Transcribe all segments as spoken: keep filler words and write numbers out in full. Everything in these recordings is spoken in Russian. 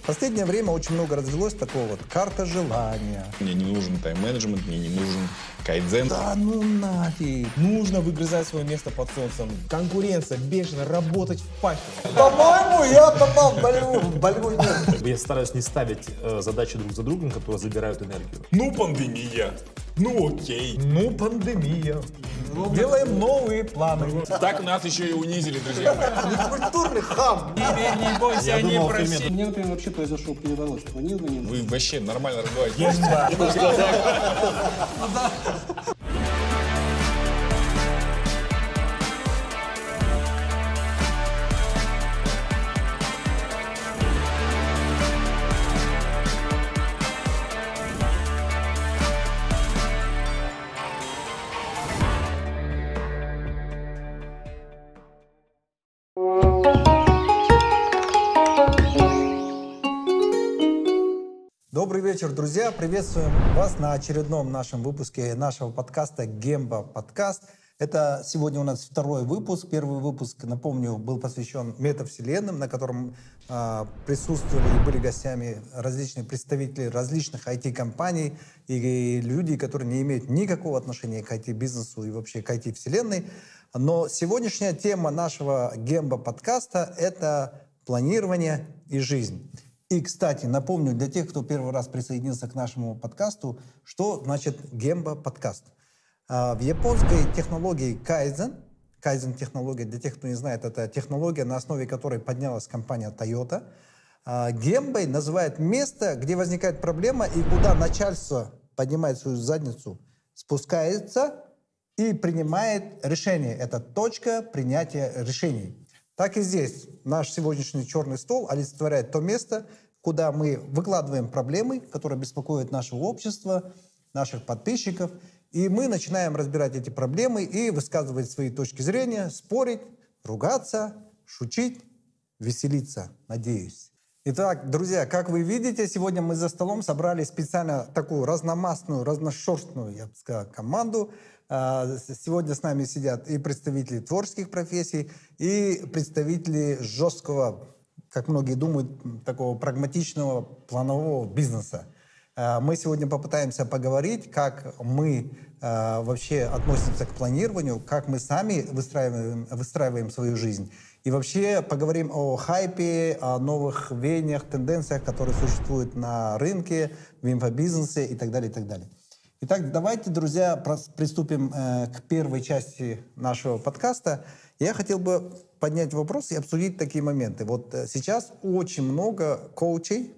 последнее время очень много развелось такого вот карта желания. Мне не нужен тайм-менеджмент, мне не нужен кайдзен. Да ну нафиг. Нужно выгрызать свое место под солнцем. Конкуренция, бешено, работать в пахе. По-моему, я попал в болевую, в болевую нерву. Я стараюсь не ставить э, задачи друг за другом, которые забирают энергию. Ну, пандемия. Ну, окей. Ну, пандемия. Делаем новые планы. Так нас еще и унизили, друзья мои. Культурный хам. Теперь не бойся, они думал, просили. У меня, например, вообще произошел переворот в планировании. Вы вообще нормально разговариваете. Добрый вечер, друзья! Приветствуем вас на очередном нашем выпуске нашего подкаста «Гемба Подкаст». Это сегодня у нас второй выпуск. Первый выпуск, напомню, был посвящен метавселенным, на котором э, присутствовали и были гостями различные представители различных ай ти-компаний и люди, которые не имеют никакого отношения к ай ти-бизнесу и вообще к ай ти-вселенной. Но сегодняшняя тема нашего «Гемба Подкаста» — это планирование и жизнь. И, кстати, напомню для тех, кто первый раз присоединился к нашему подкасту, что значит Гемба подкаст. В японской технологии кайдзен, кайдзен-технология, для тех, кто не знает, это технология, на основе которой поднялась компания Toyota, гембой называют место, где возникает проблема и куда начальство поднимает свою задницу, спускается и принимает решение. Это точка принятия решений. Так и здесь. Наш сегодняшний черный стол олицетворяет то место, куда мы выкладываем проблемы, которые беспокоят наше общество, наших подписчиков, и мы начинаем разбирать эти проблемы и высказывать свои точки зрения, спорить, ругаться, шутить, веселиться, надеюсь. Итак, друзья, как вы видите, сегодня мы за столом собрали специально такую разномастную, разношерстную, я бы сказал, команду. Сегодня с нами сидят и представители творческих профессий, и представители жесткого, как многие думают, такого прагматичного планового бизнеса. Мы сегодня попытаемся поговорить, как мы вообще относимся к планированию, как мы сами выстраиваем, выстраиваем свою жизнь. И вообще поговорим о хайпе, о новых веяниях, тенденциях, которые существуют на рынке, в инфобизнесе и так далее, и так далее. Итак, давайте, друзья, приступим э, к первой части нашего подкаста. Я хотел бы поднять вопрос и обсудить такие моменты. Вот э, сейчас очень много коучей,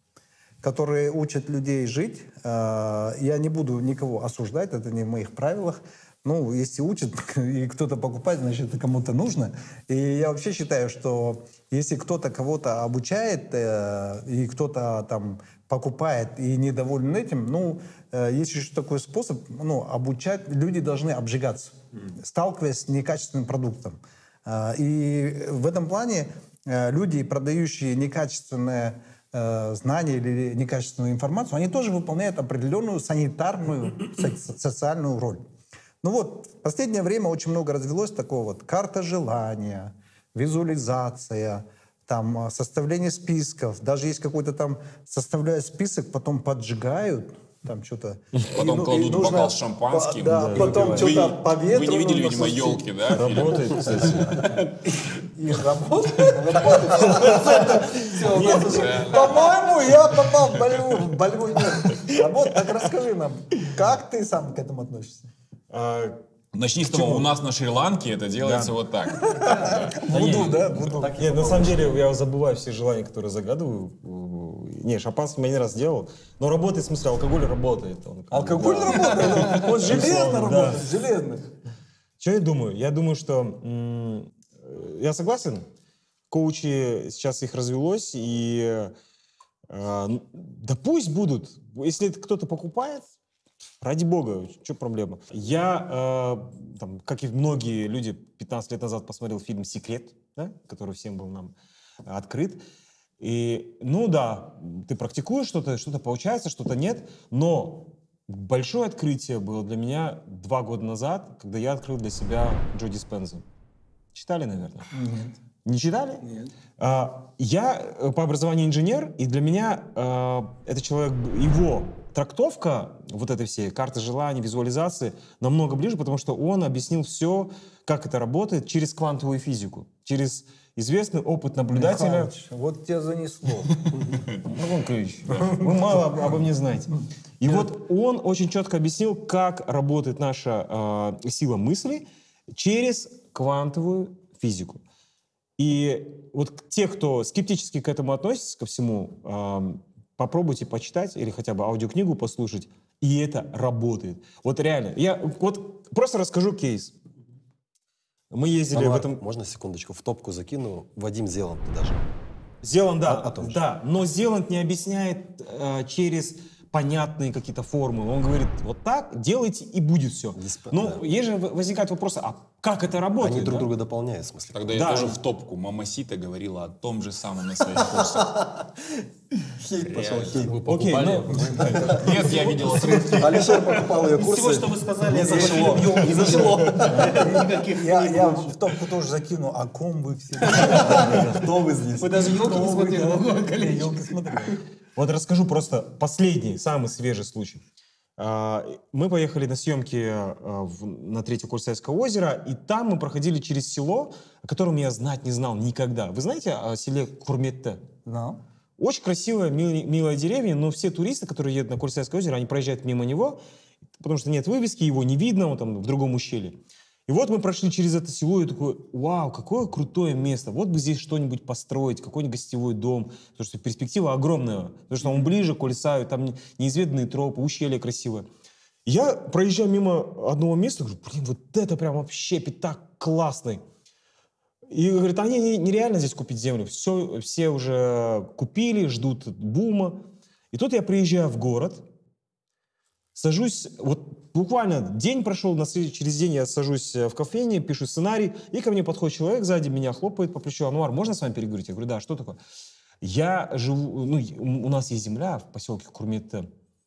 которые учат людей жить. Э, я не буду никого осуждать, это не в моих правилах. Ну, если учат и кто-то покупает, значит, это кому-то нужно. И я вообще считаю, что если кто-то кого-то обучает, э, и кто-то там покупает и недоволен этим, ну, э, есть еще такой способ, ну, обучать, люди должны обжигаться, mm. сталкиваясь с некачественным продуктом. Э, и в этом плане э, люди, продающие некачественное э, знание или некачественную информацию, они тоже выполняют определенную санитарную, со- социальную роль. Ну вот, в последнее время очень много развелось такого вот карта желания, визуализация, там составление списков. Даже есть какой-то там, составляют список, потом поджигают, там что-то. Потом и, кладут и бокал с шампанским. Да, да, потом что-то по ветру. Вы не видели, видимо, елки, да? Работает, кстати. И работает? По-моему, я попал в болевую нерву. Работает, так расскажи нам, как ты сам к этому относишься? Начни с того, у нас на Шри-Ланке это делается вот так. Вуду, да? Вуду. Нет, на самом деле я забываю все желания, которые загадываю. Не, шампанское я не раз делал. Но работает, в смысле, алкоголь работает. Он, Алкоголь да. работает? Он железно да. работает, железно. Что я думаю? Я думаю, что... М- я согласен. Коучи, сейчас их развелось, и... Э, да пусть будут. Если это кто-то покупает, ради бога, что проблема? Я, э, там, как и многие люди, пятнадцать лет назад посмотрел фильм «Секрет», да, который всем был нам открыт. И, ну да, ты практикуешь что-то, что-то получается, что-то нет, но большое открытие было для меня два года назад, когда я открыл для себя Джо Диспенза. Читали, наверное? Нет. Не читали? Нет. А, я э, по образованию инженер, и для меня э, этот человек, его трактовка вот этой всей карты желаний, визуализации намного ближе, потому что он объяснил все, как это работает через квантовую физику, через известный опыт наблюдателя. Михалыч, вот тебя занесло. Антон Калиевич, вы мало об- обо мне знаете. И вот он очень четко объяснил, как работает наша э, сила мысли через квантовую физику. И вот те, кто скептически к этому относится, ко всему, э, попробуйте почитать или хотя бы аудиокнигу послушать, и это работает. Вот реально. Я вот просто расскажу кейс. Мы ездили Анвар, в этом... можно секундочку? В топку закину. Вадим Зеланд даже. Зеланд, да, О- о том же. да, но Зеланд не объясняет э, через понятные какие-то формулы. Он говорит, вот так делайте, и будет все. Дисп- Но да. есть же в- возникает вопрос, а как это работает? Они друг да? друга дополняют, в смысле. Тогда я Да. тоже в топку. Мама Сита говорила о том же самом на своих курсах. Хейт пошел, Реально. хейт. Вы Окей, покупали? ну, Нет, я видел отрывки. Алишер покупал ее Из курсы. всего, что вы сказали, не я зашло. не Не зашло. Никаких Я, книг я больше. в топку тоже закину, о ком вы все. Кто вы здесь? Вы даже елки не смотрели, Антон Калиевич. Елки смотрел. вот расскажу просто последний, самый свежий случай. А, Мы поехали на съемки а, в- на третий курс Советского озера, и там мы проходили через село, о котором я знать не знал никогда. Вы знаете о селе Курметте? Знал. Очень красивая, мил- милая деревня, но все туристы, которые едут на Курсайское озеро, они проезжают мимо него, потому что нет вывески, его не видно, он там в другом ущелье. И вот мы прошли через это село, и такой, вау, какое крутое место, вот бы здесь что-нибудь построить, какой-нибудь гостевой дом, потому что перспектива огромная, потому что он ближе к Улисаю, там не- неизведанные тропы, ущелье красивое. Я проезжаю мимо одного места, говорю, блин, вот это прям вообще пятак классный. И говорит, они не- нереально здесь купить землю. Все, все уже купили, ждут бума. И тут я приезжаю в город, сажусь, вот буквально день прошел, на след- через день я сажусь в кофейне, пишу сценарий, и ко мне подходит человек сзади, меня хлопает по плечу. Анвар, можно с вами переговорить? Я говорю, да, что такое? Я живу, ну, и- у нас есть земля в поселке Курметте,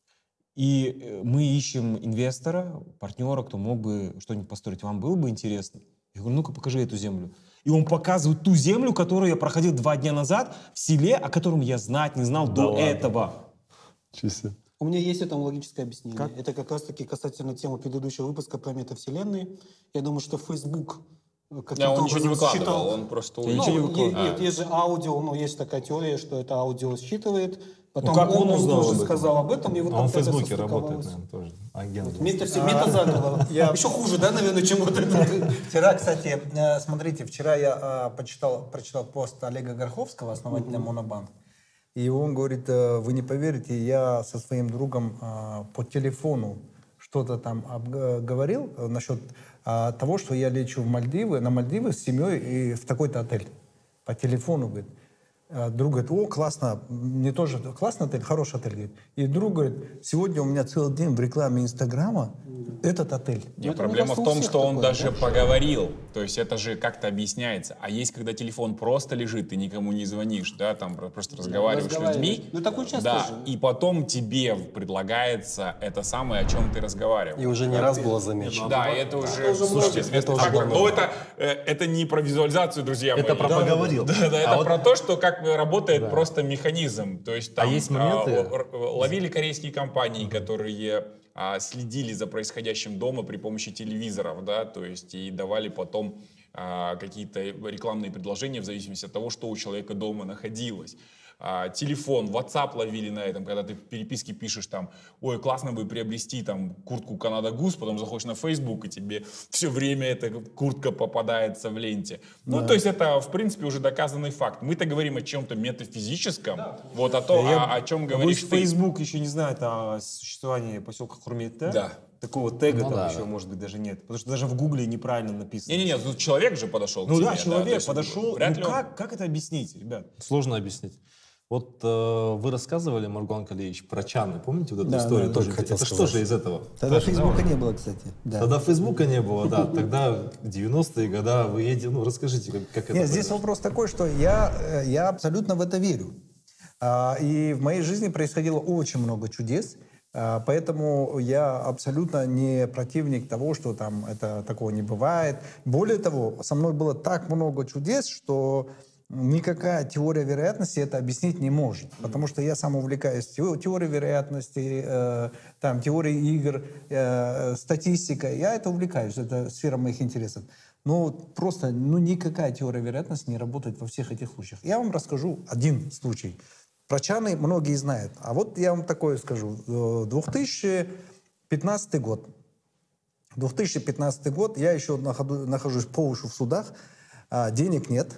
и э, мы ищем инвестора, партнера, кто мог бы что-нибудь построить. Вам было бы интересно? Я говорю, ну-ка покажи эту землю. И он показывает ту землю, которую я проходил два дня назад в селе, о котором я знать не знал до ладно. этого. Чисто. У меня есть этому логическое объяснение. Как? Это как раз-таки касательно темы предыдущего выпуска про метавселенные. Я думаю, что Facebook э, Да, каким-то он ничего не образом выкладывал, считал- он просто... Я Ну, ничего не е- выкладывал. нет, есть же аудио, ну, есть такая теория, что это аудио считывает. Потом как он, он он узнал тоже об этом? сказал об этом, и вот А он в как-то это Фейсбуке работает, состыковалось. наверное, тоже. Агент. Метавсе- Метазаговор. я- Еще хуже, да, наверное, чем вот это. Вчера, кстати, э, смотрите, вчера я э, почитал, прочитал пост Олега Горховского, основателя Монобанк. И он говорит, э, вы не поверите, я со своим другом э, по телефону что-то там обг- говорил э, насчет э, того, что я лечу в Мальдивы, на Мальдивы с семьей и в такой-то отель. По телефону, говорит. Э, Друг говорит, о, классно, мне тоже классный отель, хороший отель. Говорит. И друг говорит, сегодня у меня целый день в рекламе Инстаграма этот отель. Не, Ну, это, проблема мне в кажется, у том, всех что он такое, даже да? поговорил. То есть это же как-то объясняется. А есть, когда телефон просто лежит, ты никому не звонишь, да, там про- просто разговариваешь с разговариваешь. людьми. Ну, такое часто Да, же. и потом тебе предлагается это самое, о чем ты разговаривал. И уже не раз было замечено. Да, и это уже, уже слушайте, много. известный Это уже фактор. давно. Но это, э, это не про визуализацию, друзья Это мои. про Да, поговорил. Да, да, А это вот- про то, что как работает просто механизм. То есть там есть моменты- а, л- л- ловили корейские компании, которые а, следили за происходящим дома при помощи телевизоров, да, то есть и давали потом а, какие-то рекламные предложения в зависимости от того, что у человека дома находилось. А, телефон, WhatsApp ловили на этом, когда ты в переписке пишешь там, ой, классно бы приобрести там куртку Canada Goose, потом заходишь на Facebook, и тебе все время эта куртка попадается в ленте. Ну, то есть это, в принципе, уже доказанный факт. Мы-то говорим о чем-то метафизическом, вот о том, Я о, о чем боюсь, говоришь ты. Facebook еще не знает о существовании поселка Курметте. Да. Такого тега Ну там да, еще, да. может быть, даже нет. Потому что даже в Гугле неправильно написано. Не-не-не, тут человек же подошел Ну к тебе. да, то человек есть подошел. вряд Ну ли он- как, как это объяснить, ребят? Сложно объяснить. Вот э, вы рассказывали, Маргуан Калиевич, про чаны. Помните вот эту Да, историю? да, Тоже только хотел это что сказать. же из этого? Тогда Тоже, Фейсбука да? не было, кстати. Да. Тогда Фейсбука не было, да. Тогда девяностые годы вы едете, ну расскажите, как, как это Нет, здесь произошло. вопрос такой, что я, э, я абсолютно в это верю. А, И в моей жизни происходило очень много чудес. А, Поэтому я абсолютно не противник того, что там это такого не бывает. Более того, со мной было так много чудес, что никакая теория вероятности это объяснить не может. Потому что я сам увлекаюсь те- теорией вероятности, э, там, теорией игр, э, статистикой. Я это увлекаюсь, это сфера моих интересов. Но просто ну, никакая теория вероятности не работает во всех этих случаях. Я вам расскажу один случай. Про чаны многие знают. А вот я вам такое скажу. две тысячи пятнадцатый год. две тысячи пятнадцатый год. Я еще находу- нахожусь по уши в судах. а, денег нет.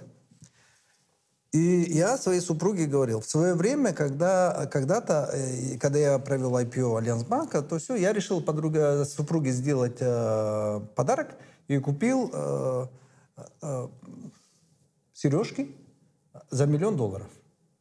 И я своей супруге говорил, в свое время, когда, когда-то, э, когда я провел ай пи о Альянсбанка, то все, я решил подруге, супруге сделать э, подарок и купил э, э, сережки за миллион долларов.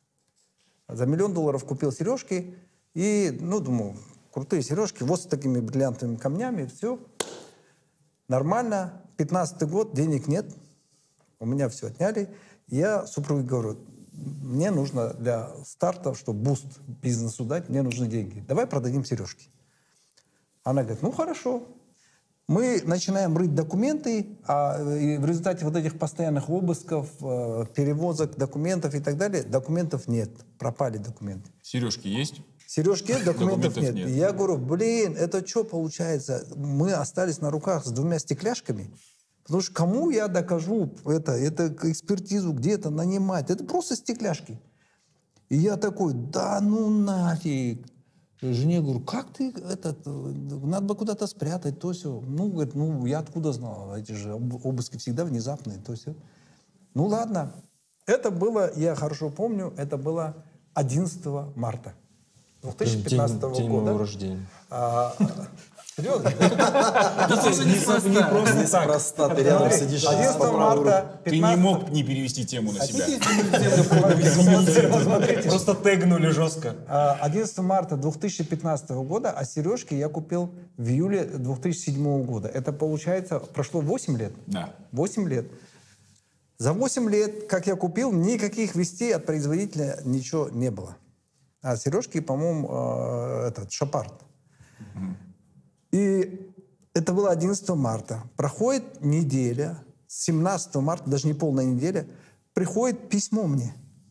За миллион долларов купил сережки и, ну, думаю, крутые сережки, вот с такими бриллиантовыми камнями, все. Нормально. пятнадцатый год, денег нет. У меня все отняли. Я супруге говорю, мне нужно для старта, чтобы буст бизнесу дать, мне нужны деньги. Давай продадим сережки. Она говорит, ну хорошо. Мы начинаем рыть документы, а и в результате вот этих постоянных обысков, э, перевозок документов и так далее, документов нет. Пропали документы. Сережки есть? Сережки нет, документов, Документов нет. нет. И я говорю, блин, это что получается? Мы остались на руках с двумя стекляшками. Потому что кому я докажу это, это экспертизу где-то нанимать? Это просто стекляшки. И я такой, да ну нафиг. Жене говорю, как ты этот, надо бы куда-то спрятать, то все. Ну, говорит, ну я откуда знал? Эти же об- обыски всегда внезапные, то все. Ну ладно. Это было, я хорошо помню, это было одиннадцатого марта две тысячи пятнадцатого день, день года. моего рождения. А, серьезно? Не просто так. Неспроста, ты рядом Смотри, сидишь. одиннадцатого по правую руку. марта Ты не мог не перевести тему на себя. Просто тегнули жестко. А, одиннадцатого марта две тысячи пятнадцатого года, а сережки я купил в июле две тысячи седьмого года. Это получается, прошло восемь лет. Да. восемь лет. За восемь лет, как я купил, никаких вестей от производителя ничего не было. А сережки, по-моему, э, этот, Шапард. И это было одиннадцатого марта. Проходит неделя, с семнадцатого марта, даже не полная неделя, приходит письмо мне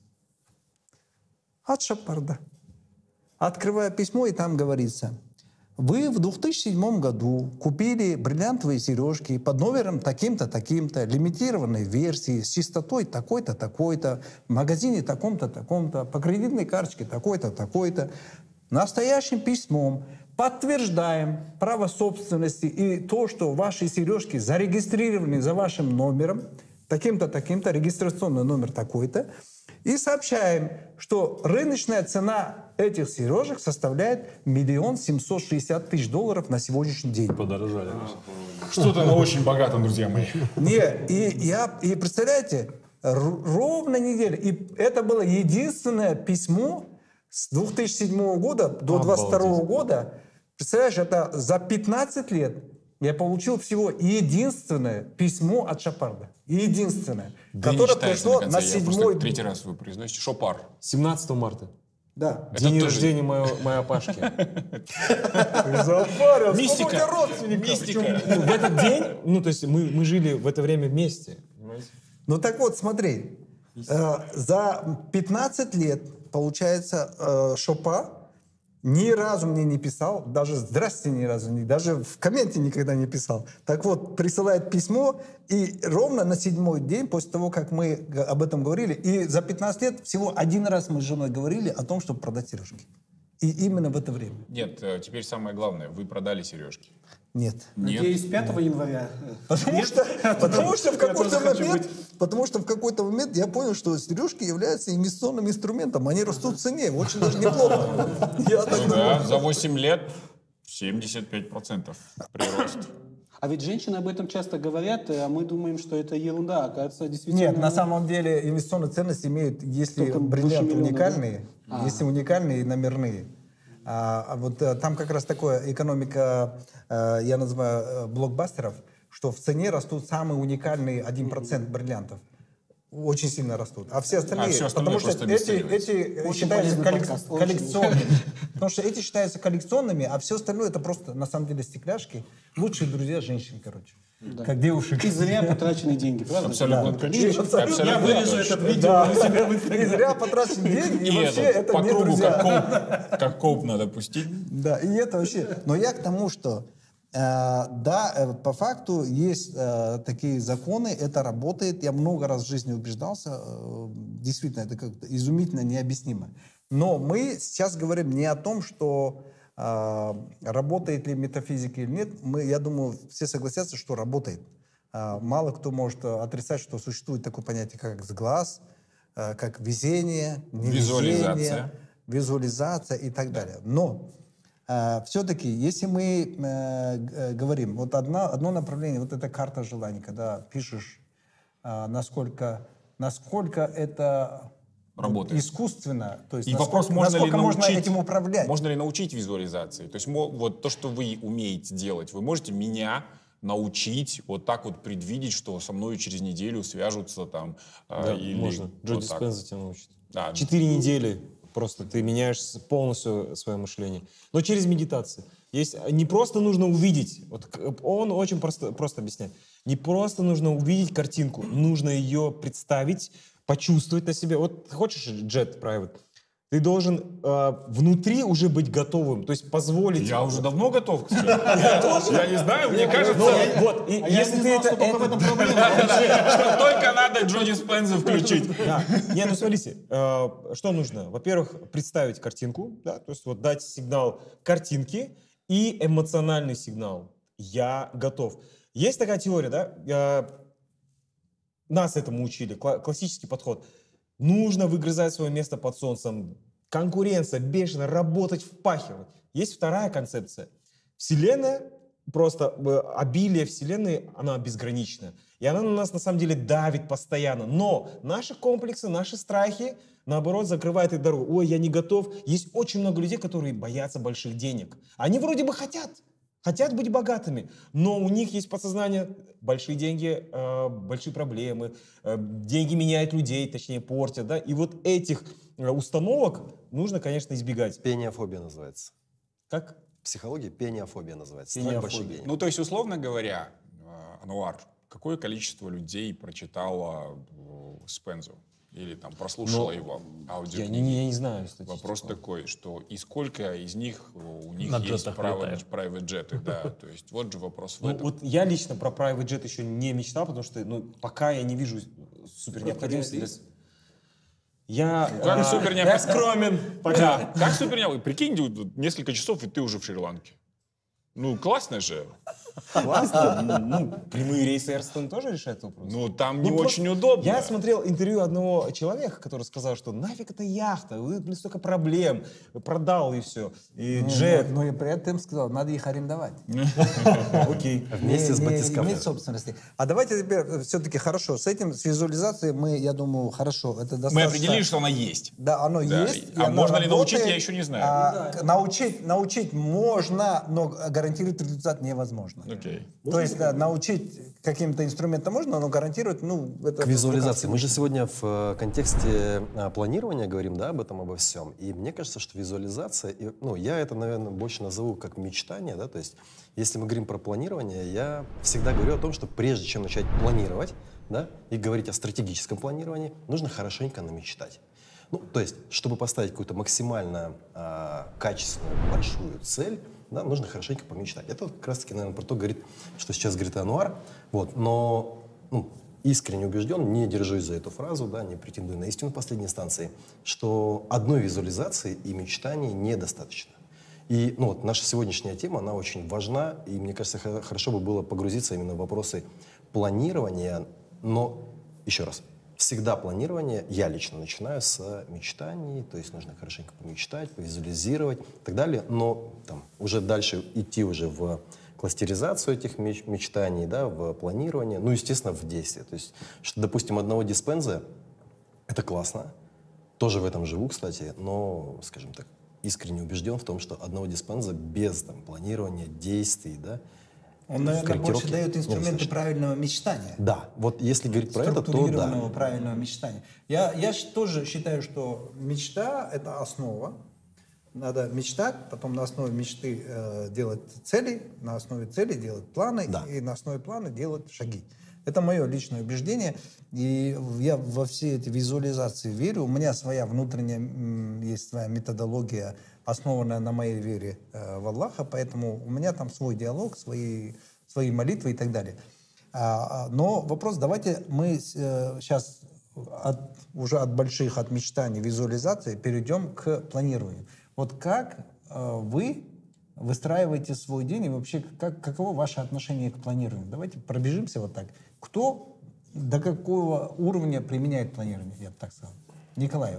от Шапарда. Открываю письмо, и там говорится, вы в две тысячи седьмом году купили бриллиантовые сережки под номером таким-то, таким-то, лимитированной версии, с частотой такой-то, такой-то, в магазине таком-то, таком-то, по кредитной карточке такой-то, такой-то. Настоящим письмом подтверждаем право собственности и то, что ваши сережки зарегистрированы за вашим номером, таким-то, таким-то, регистрационный номер такой-то, и сообщаем, что рыночная цена этих сережек составляет миллион семьсот шестьдесят тысяч долларов на сегодняшний день. Подорожали. Что-то на очень богатом, друзья мои. Не, и я, и представляете, р- ровно неделя. И это было единственное письмо с две тысячи седьмого года до двадцать второго года. Представляешь, это за пятнадцать лет я получил всего единственное письмо от Шапарда. Единственное. Да не которое читается пришло до на конца. Я седьмой... просто третий раз вы произносите. Шопар. семнадцатого марта. Да. Это День тоже- рождения моего, моей Пашки. Запарил. Мистика. Причем, ну, в этот день, ну, то есть мы, мы жили в это время вместе. Понимаете? Ну так вот, смотри. э, за пятнадцать лет, получается, э, Шопа ни разу мне не писал, даже «здрасте» ни разу, не, даже в комменте никогда не писал. Так вот, присылает письмо, и ровно на седьмой день, после того, как мы г- об этом говорили, и за пятнадцать лет всего один раз мы с женой говорили о том, чтобы продать сережки. И именно в это время. Нет, э, теперь самое главное. Вы продали сережки. Нет. Нет. Надеюсь, пятого января. Потому что, потому что в Я какой-то тоже хочу момент, быть. потому что в какой-то момент я понял, что сережки являются инвестиционным инструментом. Они растут в цене, очень даже неплохо. Я так Ну да, за восемь лет семьдесят пять процентов прирост. А ведь женщины об этом часто говорят, а мы думаем, что это ерунда. Оказывается, действительно... Нет, на самом деле инвестиционную ценность имеют, если Только бриллианты больше миллиона, уникальные, да? если уникальные и номерные. А, а вот э, там как раз такое экономика, э, я называю, э, блокбастеров, что в цене растут самые уникальные один процент бриллиантов. очень сильно растут. А все остальные, А все остальное потому что просто эти, обесценивается. эти Очень считаются полезный коллек- подкаст, очень. коллекционными. Потому что эти считаются коллекционными, а все остальное это просто, на самом деле, стекляшки. Лучшие друзья женщин, короче. Как девушек. И зря потраченные деньги, правда? Абсолютно Да. точно. И абсолютно Абсолютно вырежу точно. этот видео у себя в Инстаграме. И зря потрачены деньги, и, И вообще это, это по не кругу, друзья. как коуп, как коуп надо пустить. Да, и это вообще... Но я к тому, что э, да, э, по факту есть э, такие законы, это работает. Я много раз в жизни убеждался. э, действительно, это как-то изумительно необъяснимо. Но мы сейчас говорим не о том, что э, работает ли метафизика или нет. Мы, я думаю, все согласятся, что работает. Э, мало кто может отрицать, что существует такое понятие, как сглаз, э, как везение, невезение, Визуализация. визуализация и так далее. Но э, все-таки, если мы э, г- говорим, вот одна, одно направление, вот эта карта желаний, когда пишешь, э, насколько, насколько это Работает. искусственно, то есть И насколько, вопрос, можно ли насколько можно научить, этим управлять. можно ли научить визуализации? То есть мо- вот то, что вы умеете делать, вы можете меня научить вот так вот предвидеть, что со мной через неделю свяжутся там э, Да, или можно. Джо вот так. Диспенза тебя научит. Да. Четыре недели просто ты меняешь с- полностью свое мышление. Но через медитацию. Есть, не просто нужно увидеть, вот к- он очень просто, просто объясняет. Не просто нужно увидеть картинку, нужно ее представить, почувствовать на себе. Вот хочешь Jet Private, ты должен э, внутри уже быть готовым, то есть позволить... Я уже давно готов, кстати. Я не знаю, мне кажется, Ну, вот, и А я если не ты знал, это, что только в это- этом проблема. что только надо Джо Диспенза включить. Да. Не, ну смотрите, э, что нужно? Во-первых, представить картинку, да, то есть вот дать сигнал картинки и эмоциональный сигнал. Я готов. Есть такая теория, да? э, нас этому учили, кла- классический подход. Нужно выгрызать свое место под солнцем. Конкуренция, бешено, работать, впахивать. Есть вторая концепция. Вселенная, просто э, обилие Вселенной, она безгранична. И она на нас на самом деле давит постоянно. Но наши комплексы, наши страхи, наоборот, закрывают их дорогу. Ой, я не готов. Есть очень много людей, которые боятся больших денег. Они вроде бы хотят. Хотят быть богатыми, но у них есть подсознание, большие деньги, э, большие проблемы, э, деньги меняют людей, точнее портят, да, и вот этих э, установок нужно, конечно, избегать. Пениофобия называется. Как? В психологии пениофобия называется. Страх Пениофобия. больших денег. Ну, то есть, условно говоря, э, Ануар, какое количество людей прочитало э, Спензу? Или там прослушало Ну, его Я аудиокниги? не, я не знаю статистику. Вопрос такой, что и сколько из них у них На есть джетах право на летают. private джеты, да, то есть вот же вопрос в Ну, этом. вот я лично про private jet еще не мечтал, потому что ну, пока я не вижу супер необходимости. для- Я, Как а, супер я необходимо- скромен пока. Как супер необходимо? Прикинь, вот несколько часов, и ты уже в Шри-Ланке. Ну, классно же. Классно. Ну, прямые рейсы Airstone тоже решают вопрос. Ну, там не Ну, просто очень удобно. Я смотрел интервью одного человека, который сказал, что нафиг это яхта, вы, блин, столько проблем, продал и все. И Ну, джет. ну, и при этом сказал, надо их арендовать. Окей. Вместе с не, не батискафом. иметь собственности. А давайте теперь все-таки хорошо. С этим, с визуализацией мы, я думаю, хорошо. Это достаточно... Мы определили, что она есть. Да, оно Да. есть. и А оно можно ли научить, работает. я еще не знаю. А, к- научить, научить можно, но гарантировать результат невозможно. Окей. То есть да, научить каким-то инструментам можно, но гарантировать, ну, это... К визуализации. Мы же сегодня в э, контексте э, планирования говорим, да, об этом, обо всем. И мне кажется, что визуализация, и, ну, я это, наверное, больше назову как мечтание, да, то есть если мы говорим про планирование, я всегда говорю о том, что прежде чем начать планировать, да, и говорить о стратегическом планировании, нужно хорошенько намечтать. Ну, то есть, чтобы поставить какую-то максимально э, качественную, большую цель, да, нужно хорошенько помечтать. Это вот как раз-таки, наверное, про то говорит, что сейчас говорит Ануар. Вот, но ну, искренне убежден, не держусь за эту фразу, да, не претендую на истину в последней инстанции, что одной визуализации и мечтаний недостаточно. И ну, вот, наша сегодняшняя тема, она очень важна, и мне кажется, х- хорошо бы было погрузиться именно в вопросы планирования, но, еще раз, всегда планирование, я лично начинаю с мечтаний, то есть нужно хорошенько помечтать, повизуализировать и так далее, но там, уже дальше идти уже в кластеризацию этих меч- мечтаний, да, в планирование, ну, естественно, в действие. То есть, что, допустим, одного диспенза, это классно, тоже в этом живу, кстати, но, скажем так, искренне убежден в том, что одного диспенза без там, планирования, действий, да, Он, наверное, больше корректировки. дает инструменты Ну, правильного мечтания. Да, вот если говорить про это, то Структурированного да. правильного мечтания. Я, я щ- тоже считаю, что мечта – это основа. Надо мечтать, потом на основе мечты э, делать цели, на основе цели делать планы, Да. и на основе плана делать шаги. Это мое личное убеждение, и я во все эти визуализации верю. У меня своя внутренняя, м, есть своя методология, основанная на моей вере э, в Аллаха, поэтому у меня там свой диалог, свои, свои молитвы и так далее. А, а, но вопрос, давайте мы э, сейчас от, уже от больших, от мечтаний, визуализации перейдем к планированию. Вот как э, вы выстраиваете свой день и вообще как, каково ваше отношение к планированию? Давайте пробежимся вот так. Кто до какого уровня применяет планирование, я бы так сказал? Николаева.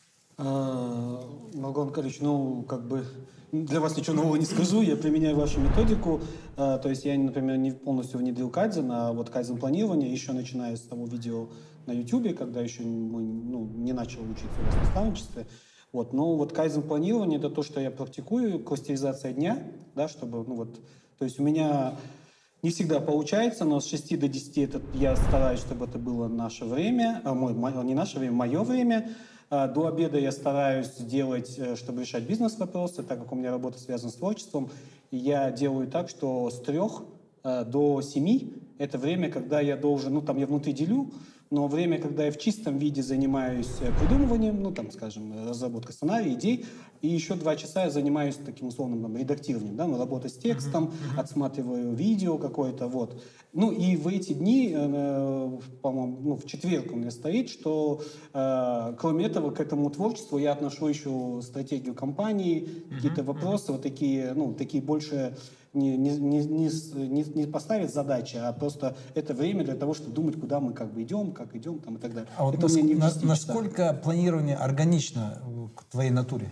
А, Маргон Карич, ну, как бы для вас ничего нового не скажу, я применяю вашу методику. А, То есть я, например, не полностью внедрил кайдзен, а вот кайдзен планирование, еще начиная с того видео на Ютубе, когда еще мы, ну, не начал учиться в наставничестве. Вот, но вот кайдзен планирование — это то, что я практикую, кластеризация дня, да, чтобы, ну вот, то есть у меня не всегда получается, но с шести до десяти это, я стараюсь, чтобы это было наше время, а, мой, мо- не наше время, мое время. А, До обеда я стараюсь делать, э, чтобы решать бизнес-вопросы, так как у меня работа связана с творчеством. И я делаю так, что с трех э, до семи это время, когда я должен, ну там я внутри делю, но время, когда я в чистом виде занимаюсь э, придумыванием, ну там, скажем, разработкой сценария, идей, и еще два часа я занимаюсь таким условным там, редактированием, да, ну, работа с текстом, отсматриваю видео какое-то, вот. Ну и в эти дни, э, по-моему, ну, в четверг у меня стоит, что э, кроме этого к этому творчеству я отношу еще стратегию компании, какие-то вопросы, вот такие, ну, такие больше не, не, не, не, с- не, не поставить задачи, а просто это время для того, чтобы думать, куда мы как бы идем, как идем там, и так далее. А вот это у меня наск- не в на- десяти часах. насколько планирование органично э, к твоей натуре?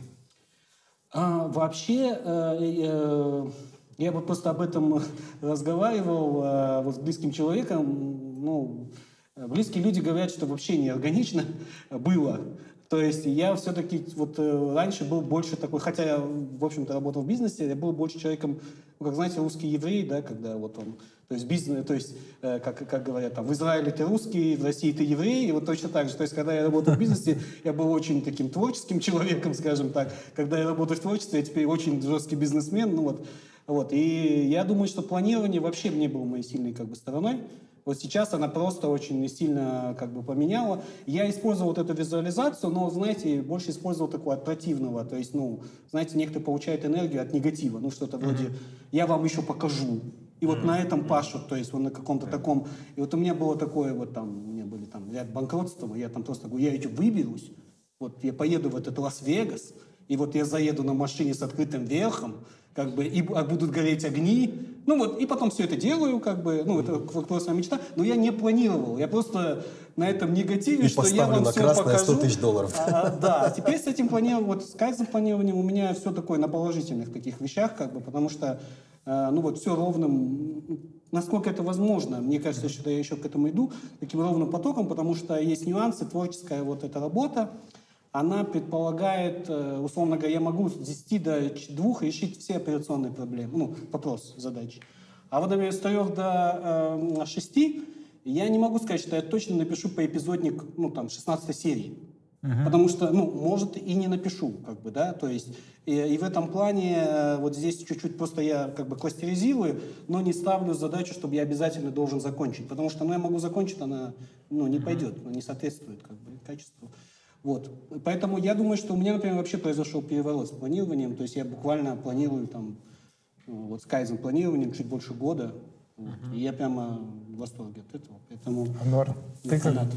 А, вообще, э, э, я бы просто об этом разговаривал э, вот с близким человеком. Ну, э, близкие люди говорят, что вообще не органично было. То есть я все-таки вот э, раньше был больше такой, хотя я, в общем-то, работал в бизнесе, я был больше человеком, ну, как знаете, русский еврей, да, когда вот он, то есть бизнес, то есть, э, как, как говорят, там, в Израиле ты русский, в России ты еврей, и вот точно так же. То есть, когда я работал в бизнесе, я был очень таким творческим человеком, скажем так. Когда я работаю в творчестве, я теперь очень жесткий бизнесмен, ну вот. Вот. И я думаю, что планирование вообще не было моей сильной как бы стороной. Вот сейчас она просто очень сильно как бы поменяла. Я использовал вот эту визуализацию, но, знаете, больше использовал такого от противного. То есть, ну, знаете, некоторые получают энергию от негатива. Ну, что-то вроде «я вам еще покажу». И вот на этом пашут, то есть он на каком-то таком... И вот у меня было такое вот там, у меня были там ряд банкротств, и я там просто говорю, я эти выберусь, вот я поеду в этот Лас-Вегас, и вот я заеду на машине с открытым верхом, как бы, и б- а будут гореть огни. Ну вот, и потом все это делаю, как бы, ну, это просто моя мечта, но я не планировал, я просто на этом негативе, И что я поставлю вам на все красное покажу. сто тысяч долларов. А, да, а теперь с этим планированием, вот с кайдзен планированием у меня все такое на положительных таких вещах, как бы, потому что, э, ну вот, все ровным, насколько это возможно, мне кажется, что я еще к этому иду, таким ровным потоком, потому что есть нюансы, творческая вот эта работа, она предполагает, э, условно говоря, я могу с десяти до двух решить все операционные проблемы, ну, вопрос, задачи. А вот, например, с трех до э, шести я не могу сказать, что я точно напишу по эпизодник, ну, там, шестнадцатой серии. Потому что, ну, может, и не напишу, как бы, да, то есть, и, и в этом плане э, вот здесь чуть-чуть просто я, как бы, кластеризирую, но не ставлю задачу, чтобы я обязательно должен закончить, потому что, ну, я могу закончить, она, ну, не пойдет, ну, не соответствует, как бы, качеству. Вот, поэтому я думаю, что у меня, например, вообще произошел переворот с планированием, то есть я буквально планирую, там, ну, вот с кайдзен планированием чуть больше года, вот, и я прямо в восторге от этого, поэтому... Анвар, ты как? фанат.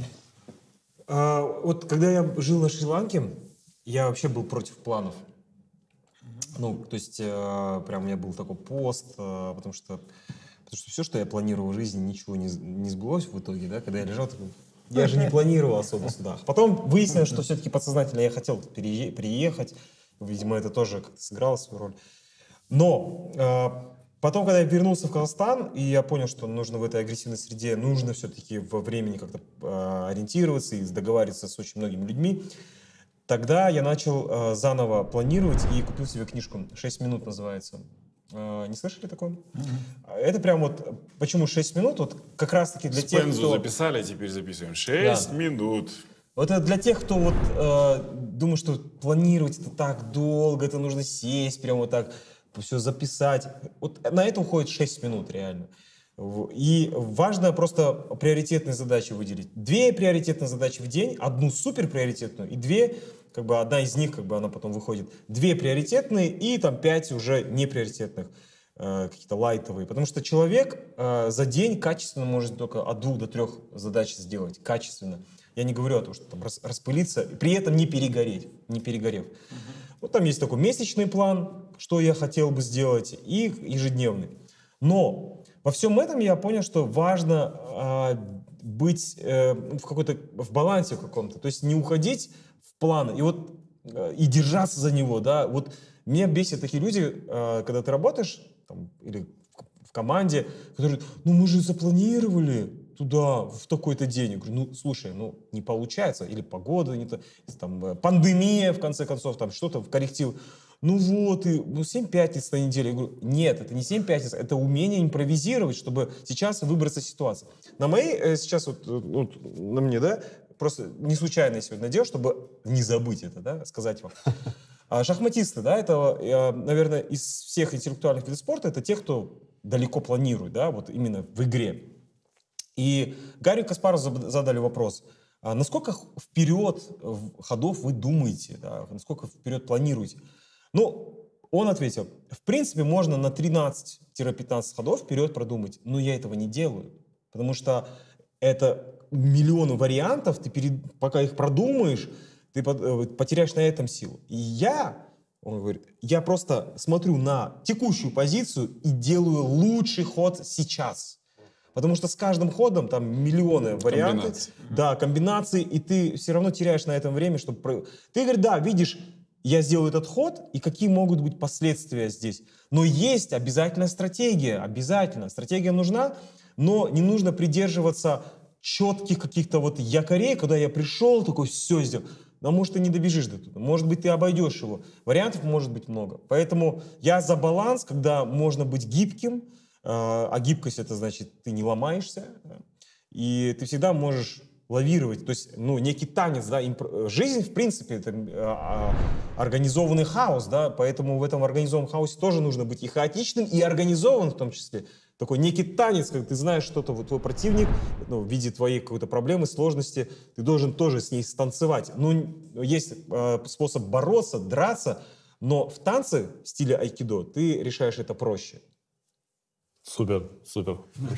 А, вот когда я жил на Шри-Ланке, я вообще был против планов. Ну, то есть, э, прям у меня был такой пост, э, потому что, потому что все, что я планировал в жизни, ничего не, с- не сбылось в итоге, да, когда я лежал, такой, я же не планировал особо сюда. Потом выяснилось, что все-таки подсознательно я хотел перее- приехать, видимо, это тоже как-то сыграло свою роль. Но э, потом, когда я вернулся в Казахстан, и я понял, что нужно в этой агрессивной среде, нужно все-таки во времени как-то э, ориентироваться и договариваться с очень многими людьми, тогда я начал э, заново планировать и купил себе книжку «шесть минут» называется. Э, не слышали такое? Mm-hmm. Это прям вот, почему шесть минут, вот как раз-таки для Спензу тех, кто... записали, теперь записываем. шесть да. минут. Вот это для тех, кто вот э, думает, что планировать это так долго, это нужно сесть, прям вот так все записать. Вот на это уходит шесть минут реально. И важно просто приоритетные задачи выделить. Две приоритетные задачи в день, одну супер приоритетную и две, как бы одна из них, как бы она потом выходит. Две приоритетные и там пять уже неприоритетных, э, какие-то лайтовые. Потому что человек э, за день качественно может только от двух до трех задач сделать. Качественно. Я не говорю о том, что там рас, распылиться, при этом не перегореть, не перегорев. Uh-huh. Вот там есть такой месячный план, что я хотел бы сделать, и ежедневный. Но во всем этом я понял, что важно э, быть э, в какой-то в балансе каком-то, то есть не уходить в планы и вот э, и держаться за него, да. Вот меня бесит такие люди, э, когда ты работаешь там, или в, в команде, которые говорят: ну мы же запланировали туда в такой-то день. Я говорю: ну слушай, ну не получается, или погода не то, там пандемия в конце концов, там что-то в корректив. Ну вот, и, ну семь пятниц на неделе. Я говорю: нет, это не семь пятниц, это умение импровизировать, чтобы сейчас выбраться из ситуации. На моей, э, сейчас вот, ну, на мне, да, просто не случайно я сегодня надел, чтобы не забыть это, да, сказать вам. А шахматисты, да, это, э, наверное, из всех интеллектуальных видов спорта, это те, кто далеко планирует, да, вот именно в игре. И Гарри Каспарову задали вопрос: а насколько вперед ходов вы думаете, да, насколько вперед планируете? Ну, он ответил: в принципе, можно на тринадцать-пятнадцать ходов вперед продумать, но я этого не делаю, потому что это миллионы вариантов, ты перед, пока их продумаешь, ты потеряешь на этом силу. И я, он говорит, я просто смотрю на текущую позицию и делаю лучший ход сейчас. Потому что с каждым ходом там миллионы вариантов. Комбинации. Да, комбинации, и ты все равно теряешь на этом время, чтобы... Ты, говоришь, да, видишь, я сделаю этот ход, и какие могут быть последствия здесь. Но есть обязательно стратегия, обязательно. Стратегия нужна, но не нужно придерживаться четких каких-то вот якорей, когда я пришел, такой, все сделал. Но может, ты не добежишь до туда. Может быть, ты обойдешь его. Вариантов может быть много. Поэтому я за баланс, когда можно быть гибким, а гибкость — это значит, ты не ломаешься, и ты всегда можешь лавировать, то есть, ну, некий танец, да, импро... жизнь, в принципе, это а, организованный хаос, да, поэтому в этом организованном хаосе тоже нужно быть и хаотичным, и организованным в том числе. Такой некий танец, когда ты знаешь что-то, вот твой противник, ну, в виде твоей какой-то проблемы, сложности, ты должен тоже с ней станцевать. Ну, есть э, способ бороться, драться, но в танце в стиле айкидо ты решаешь это проще. Супер, супер.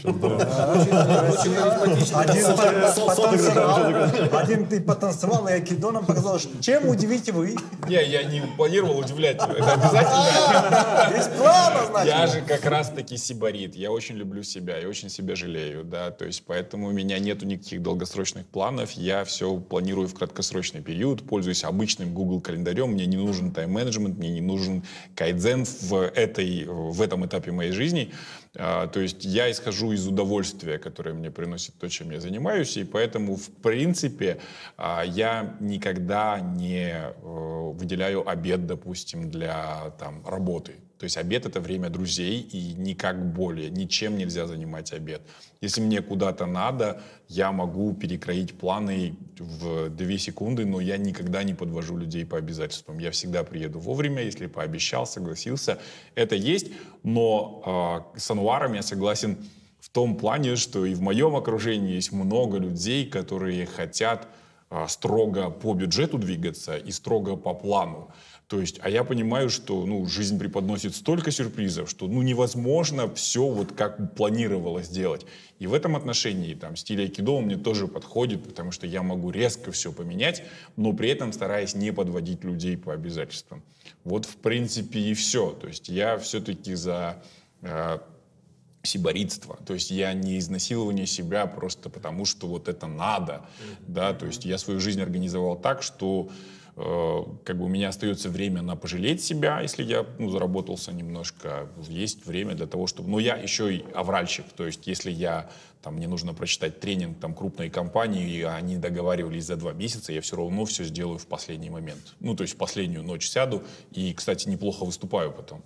Один ты потанцевал, и айкидо нам показал, чем удивите вы. Не, я не планировал удивлять. Это обязательно. Есть план, значит. Я же как раз-таки сибарит. Я очень люблю себя и очень себя жалею, да. То есть поэтому у меня нету никаких долгосрочных планов. Я все планирую в краткосрочный период, пользуюсь обычным Google календарем. Мне не нужен тайм-менеджмент, мне не нужен кайдзен в этой, в этом этапе моей жизни. А, то есть я исхожу из удовольствия, которое мне приносит то, чем я занимаюсь, и поэтому, в принципе, а, я никогда не а, выделяю обед, допустим, для там, работы. То есть обед — это время друзей, и никак более, ничем нельзя занимать обед. Если мне куда-то надо, я могу перекроить планы в две секунды, но я никогда не подвожу людей по обязательствам. Я всегда приеду вовремя, если пообещал, согласился. Это есть, но э, с Анваром я согласен в том плане, что и в моем окружении есть много людей, которые хотят э, строго по бюджету двигаться и строго по плану. То есть, а я понимаю, что ну, жизнь преподносит столько сюрпризов, что ну, невозможно все вот как планировалось делать. И в этом отношении там, стиль айкидо мне тоже подходит, потому что я могу резко все поменять, но при этом стараясь не подводить людей по обязательствам. Вот в принципе и все. То есть я все-таки за э, сибаритство. То есть я не изнасилование себя просто потому, что вот это надо. Mm-hmm. Да? То есть я свою жизнь организовал так, что как бы у меня остается время на пожалеть себя, если я ну, заработался немножко. Есть время для того, чтобы... Но я еще и авральщик. То есть если я... Там, мне нужно прочитать тренинг там, крупной компании, и они договаривались за два месяца, я все равно все сделаю в последний момент. Ну, то есть в последнюю ночь сяду. И, кстати, неплохо выступаю потом.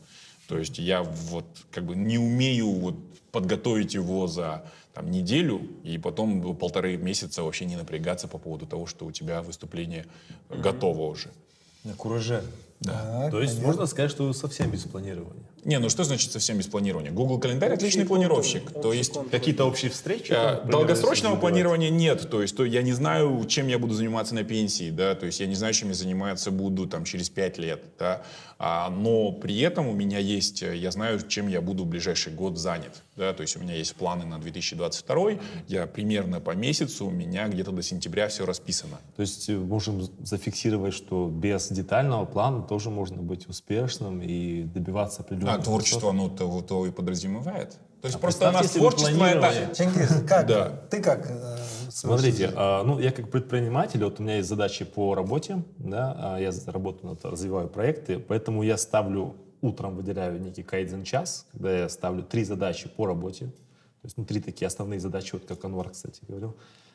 То есть я вот как бы не умею вот подготовить его за там, неделю и потом полторы месяца вообще не напрягаться по поводу того, что у тебя выступление mm-hmm. готово уже. На кураже. Да. Так, То есть понятно. можно сказать, что совсем без планирования. Не, ну что значит совсем без планирования? Google календарь отличный планировщик. То есть Какие-то общие встречи? э, там, долгосрочного например, планирования нет. То есть то я не знаю, чем я буду заниматься на пенсии, да, то есть я не знаю, чем я заниматься буду там через пять лет, да. А, но при этом у меня есть, я знаю, чем я буду в ближайший год занят, да, то есть у меня есть планы на две тысячи двадцать второй, я примерно по месяцу, у меня где-то до сентября все расписано. То есть э, можем зафиксировать, что без детального плана тоже можно быть успешным и добиваться определенных А творчество, высот. ну, то, то и подразумевает. То есть А просто у нас представьте, если бы творчество это... планирование- Чингис, как? Да. Ты как? э, Смотрите, слушаешь? а, ну я как предприниматель, вот у меня есть задачи по работе, да, а я за- работаю над, развиваю проекты, поэтому я ставлю, утром выделяю некий кайдзен час, когда я ставлю три задачи по работе, то есть ну, три такие основные задачи, вот как Анвар, кстати, говорил.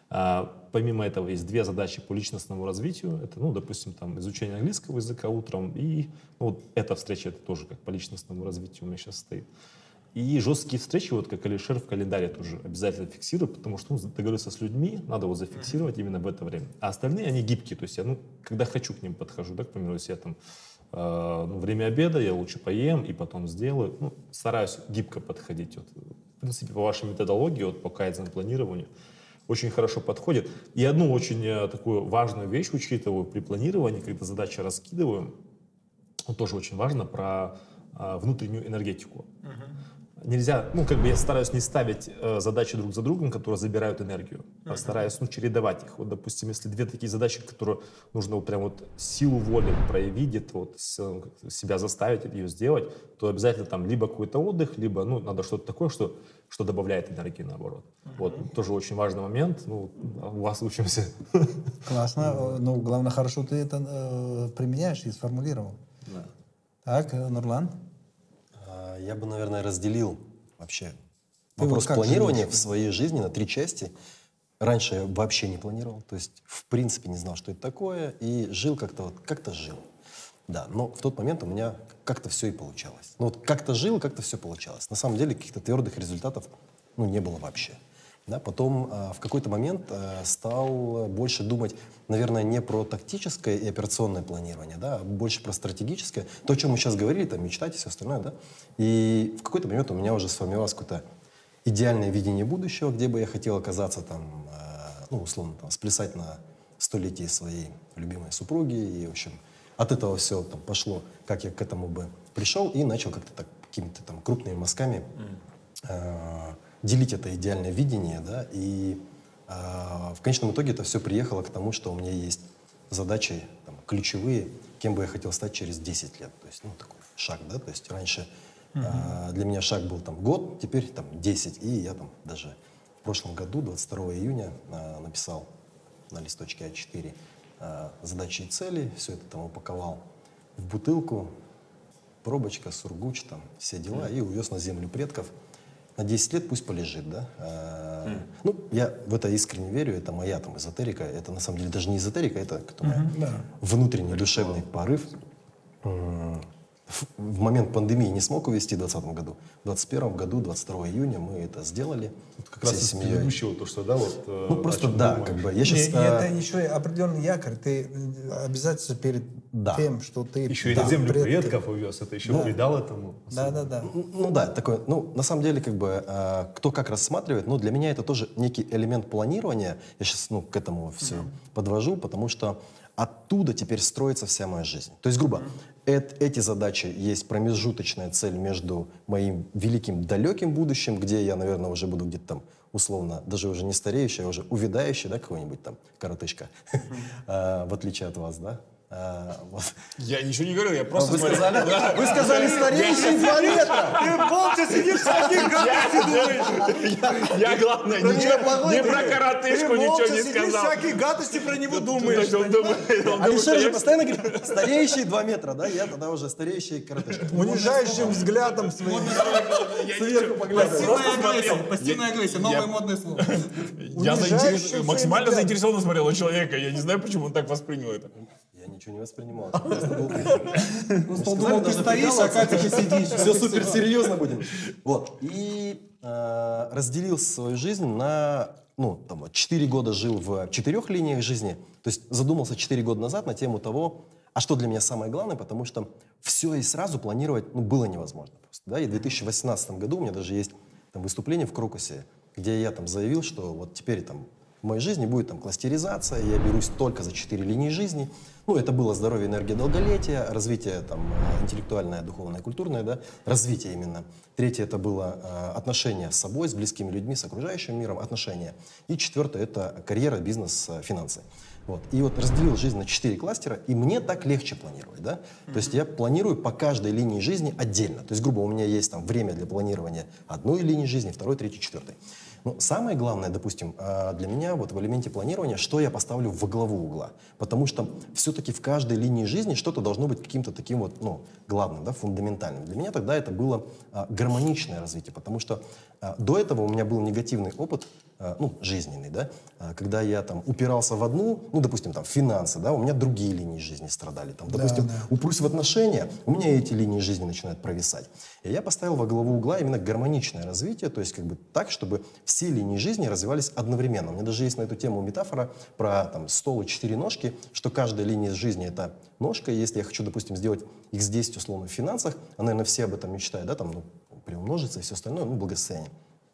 А, помимо этого есть две задачи по личностному развитию, это, ну, допустим, там изучение английского языка утром, и ну, вот эта встреча, это тоже как по личностному развитию у меня сейчас стоит. И жесткие встречи, вот как Алишер в календаре тоже обязательно фиксирую, потому что ну, договориться с людьми, надо вот зафиксировать именно в это время. А остальные, они гибкие, то есть я, ну, когда хочу к ним подхожу, да, к примеру, если я там э, ну, время обеда, я лучше поем и потом сделаю, ну, стараюсь гибко подходить. Вот, в принципе, по вашей методологии, вот по кайдзен-планированию, очень хорошо подходит. И одну очень э, такую важную вещь учитываю при планировании, когда задачи раскидываю, вот тоже очень важно про э, внутреннюю энергетику. Нельзя, ну, как бы я стараюсь не ставить э, задачи друг за другом, которые забирают энергию, а стараюсь, ну, чередовать их. Вот, допустим, если две такие задачи, которые нужно вот прям вот силу воли проявить, где-то вот с- себя заставить ее сделать, то обязательно там либо какой-то отдых, либо, ну, надо что-то такое, что, что добавляет энергии, наоборот. Вот, тоже очень важный момент, ну, у вас учимся. Классно. Э, Ну, главное, хорошо ты это э, применяешь и сформулировал. Так, э, Нурлан? А, Я бы, наверное, разделил вообще Ты вопрос вот как планирования живешь? в своей жизни на три части. Раньше я вообще не планировал, то есть в принципе не знал, что это такое, и жил как-то вот, как-то жил. Да, но в тот момент у меня как-то все и получалось. Ну вот как-то жил, как-то все получалось. На самом деле каких-то твердых результатов ну, не было вообще. Да, потом а, в какой-то момент а, стал больше думать, наверное, не про тактическое и операционное планирование, да, а больше про стратегическое. То, о чем мы сейчас говорили, там, мечтать и все остальное, да. И в какой-то момент у меня уже сформировалось какое-то идеальное видение будущего, где бы я хотел оказаться, там, а, ну, условно, там, сплясать на столетии своей любимой супруги. И, в общем, от этого все там, пошло, как я к этому бы пришел, и начал как-то так какими-то там крупными мазками а, делить это идеальное видение, да, и а, в конечном итоге это все приехало к тому, что у меня есть задачи там, ключевые, кем бы я хотел стать через десять лет. То есть, ну, такой шаг, да, то есть раньше а, для меня шаг был там год, теперь там десять, и я там даже в прошлом году, двадцать второго июня, а, написал на листочке а четыре а, задачи и цели, все это там упаковал в бутылку, пробочка, сургуч, там, все дела, и увез на землю предков. На десять лет пусть полежит, да. А, Хм. Ну, я в это искренне верю, это моя там эзотерика, это на самом деле даже не эзотерика, это как-то мой внутренний душевный порыв. М, В в момент пандемии не смог увезти в двадцатом году. В двадцать первом году, двадцать второго июня мы это сделали Как раз всей из семьей. предыдущего, то, что, да, вот... э, Ну, о просто чем да, думаешь. как бы. Я И, сейчас... и это еще и определенный якорь. Ты э, обязательно перед Да. тем, что ты... Еще и да, на землю предки. предков увез, это еще придал этому. Да, да, да. Ну да, такое, ну на самом деле как бы э, кто как рассматривает, но для меня это тоже некий элемент планирования. Я сейчас ну к этому все подвожу, потому что оттуда теперь строится вся моя жизнь. То есть грубо, эт- эти задачи есть промежуточная цель между моим великим далеким будущим, где я, наверное, уже буду где-то там условно, даже уже не стареющий, а уже увядающий, да, какой-нибудь там коротышка, А, в отличие от вас, да. А, вот. Я ничего не говорил, я просто Вы смотрел. сказали, вы сказали старейший два метра. Ты молча сидишь, всякие гадости думаешь. Я, главное, ничего, не про коротышку ничего не сказал. всякие гадости про него То думаешь. есть он думает, он думает, Алишер что же я- постоянно говорит, стареющий два метра, да? Я тогда уже стареющий коротышка. Унижающим взглядом своим. Сверху поглядываешь. Просто смотрел. Пассивная агрессия, новое модное слово. Я Унижающим заинтерес- своим максимально взглядом. заинтересованно смотрел на человека. Я не знаю, почему он так воспринял это. Я ничего не воспринимал. Я Ну, подумал, ты стоишь, а Катя ты сидишь. Все супер серьезно будем. Вот. И э, разделил свою жизнь на, ну, там, четыре года жил в четырех линиях жизни. То есть задумался четыре года назад на тему того, а что для меня самое главное, потому что все и сразу планировать, ну, было невозможно просто. Да? И в две тысячи восемнадцатом году у меня даже есть там выступление в Крокусе, где я там заявил, что вот теперь там в моей жизни будет там кластеризация, я берусь только за четыре линии жизни. Ну, это было здоровье, энергия, долголетие, развитие там интеллектуальное, духовное, культурное, да, развитие именно. Третье — это было э, отношения с собой, с близкими людьми, с окружающим миром, отношения. И четвертое — это карьера, бизнес, финансы. Вот. И вот разделил жизнь на четыре кластера, и мне так легче планировать, да. Mm-hmm. То есть я планирую по каждой линии жизни отдельно. То есть, грубо, у меня есть там время для планирования одной линии жизни, второй, третьей, четвертой. Но самое главное, допустим, для меня вот в элементе планирования, что я поставлю во главу угла. Потому что все-таки в каждой линии жизни что-то должно быть каким-то таким вот, ну, главным, да, фундаментальным. Для меня тогда это было а, гармоничное развитие, потому что а, до этого у меня был негативный опыт, а, ну, жизненный, да, а, когда я там упирался в одну, ну, допустим, там, финансы, да, у меня другие линии жизни страдали. Там, допустим, да, да. упрусь в отношения, у меня эти линии жизни начинают провисать. И я поставил во главу угла именно гармоничное развитие, то есть как бы так, чтобы все линии жизни развивались одновременно. У меня даже есть на эту тему метафора про там, стол и четыре ножки, что каждая линия жизни — это ножка. И если я хочу, допустим, сделать икс десять условно в финансах, а, наверное, все об этом мечтают, да, там, ну, приумножиться и все остальное, ну, благосостояние,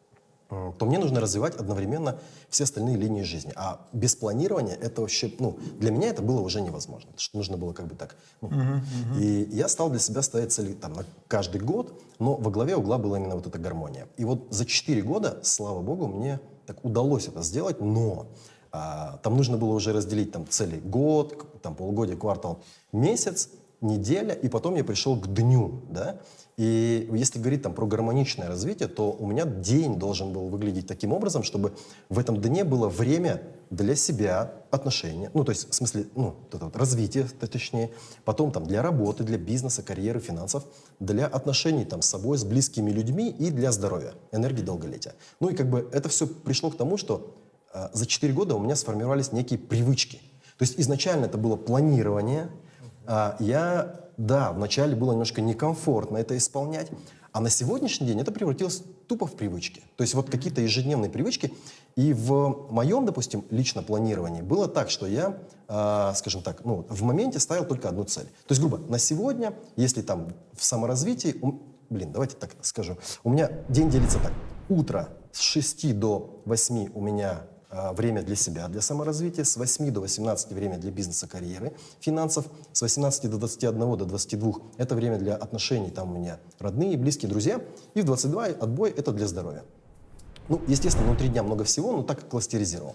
то мне нужно развивать одновременно все остальные линии жизни. А без планирования это вообще, ну, для меня это было уже невозможно. Потому что нужно было как бы так. Ну. Uh-huh, uh-huh. И я стал для себя ставить цели там, на каждый год, но во главе угла была именно вот эта гармония. И вот за четыре года, слава богу, мне так удалось это сделать, но а, там нужно было уже разделить там, цели год, там, полугодие, квартал, месяц, неделя, и потом я пришел к дню, да. И если говорить там про гармоничное развитие, то у меня день должен был выглядеть таким образом, чтобы в этом дне было время для себя, отношения, ну, то есть, в смысле, ну, это вот развитие, точнее, потом там для работы, для бизнеса, карьеры, финансов, для отношений там с собой, с близкими людьми и для здоровья, энергии, долголетия. Ну, и как бы это все пришло к тому, что э, за четыре года у меня сформировались некие привычки. То есть изначально это было планирование, а я... Да, вначале было немножко некомфортно это исполнять, а на сегодняшний день это превратилось тупо в привычки. То есть вот какие-то ежедневные привычки. И в моем, допустим, лично планировании было так, что я, э, скажем так, ну, в моменте ставил только одну цель. То есть, грубо, на сегодня, если там в саморазвитии, у, блин, давайте так скажу, у меня день делится так. Утро с шести до восьми у меня время для себя, для саморазвития, с восьми до восемнадцати время для бизнеса, карьеры, финансов, с восемнадцати до двадцати одного до двадцати двух это время для отношений, там у меня родные, близкие, друзья, и в двадцать два отбой, это для здоровья. Ну, естественно, внутри дня много всего, но так кластеризировал.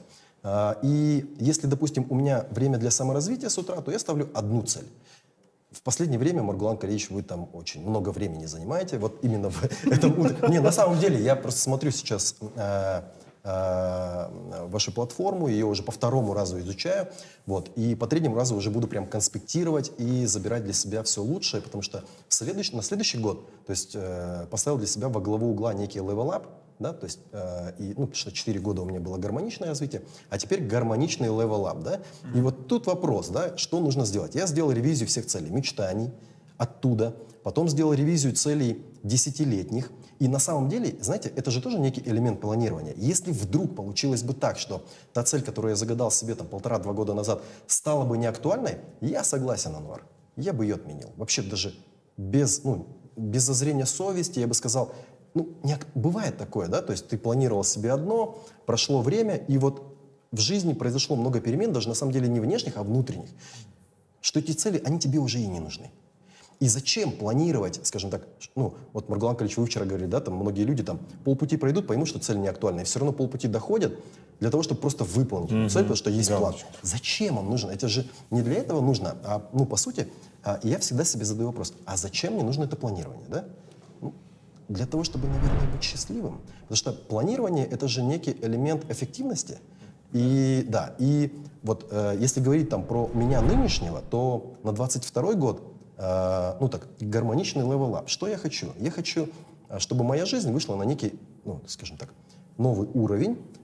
И если, допустим, у меня время для саморазвития с утра, то я ставлю одну цель. В последнее время, Маргулан Кариевич, вы там очень много времени занимаете, вот именно в этом утре. Не, на самом деле, я просто смотрю сейчас вашу платформу, ее уже по второму разу изучаю, вот, и по третьему разу уже буду прям конспектировать и забирать для себя все лучшее, потому что в следующий, на следующий год, то есть э, поставил для себя во главу угла некий level up, да, то есть, э, и, ну, потому что четыре года у меня было гармоничное развитие, а теперь гармоничный level up, да, mm-hmm. И вот тут вопрос, да, что нужно сделать. Я сделал ревизию всех целей, мечтаний, оттуда, потом сделал ревизию целей десятилетних. И на самом деле, знаете, это же тоже некий элемент планирования. Если вдруг получилось бы так, что та цель, которую я загадал себе там полтора-два года назад, стала бы неактуальной, я согласен, Анвар, я бы ее отменил. Вообще даже без, ну, без зазрения совести я бы сказал, ну, не, бывает такое, да, то есть ты планировал себе одно, прошло время, и вот в жизни произошло много перемен, даже на самом деле не внешних, а внутренних, что эти цели, они тебе уже и не нужны. И зачем планировать, скажем так, ну, вот Маргулан Кариевич, вы вчера говорили, да, там многие люди там полпути пройдут, поймут, что цель не актуальна, и все равно полпути доходят для того, чтобы просто выполнить mm-hmm. цель, потому что есть план. Зачем он нужен? Это же не для этого нужно, а, ну, по сути, а, я всегда себе задаю вопрос, а зачем мне нужно это планирование, да? Ну, для того, чтобы, наверное, быть счастливым. Потому что планирование — это же некий элемент эффективности. И, да, и вот э, если говорить там про меня нынешнего, то на двадцать второй год Uh, ну так, гармоничный level-up. Что я хочу? Я хочу, чтобы моя жизнь вышла на некий, ну, скажем так, новый уровень,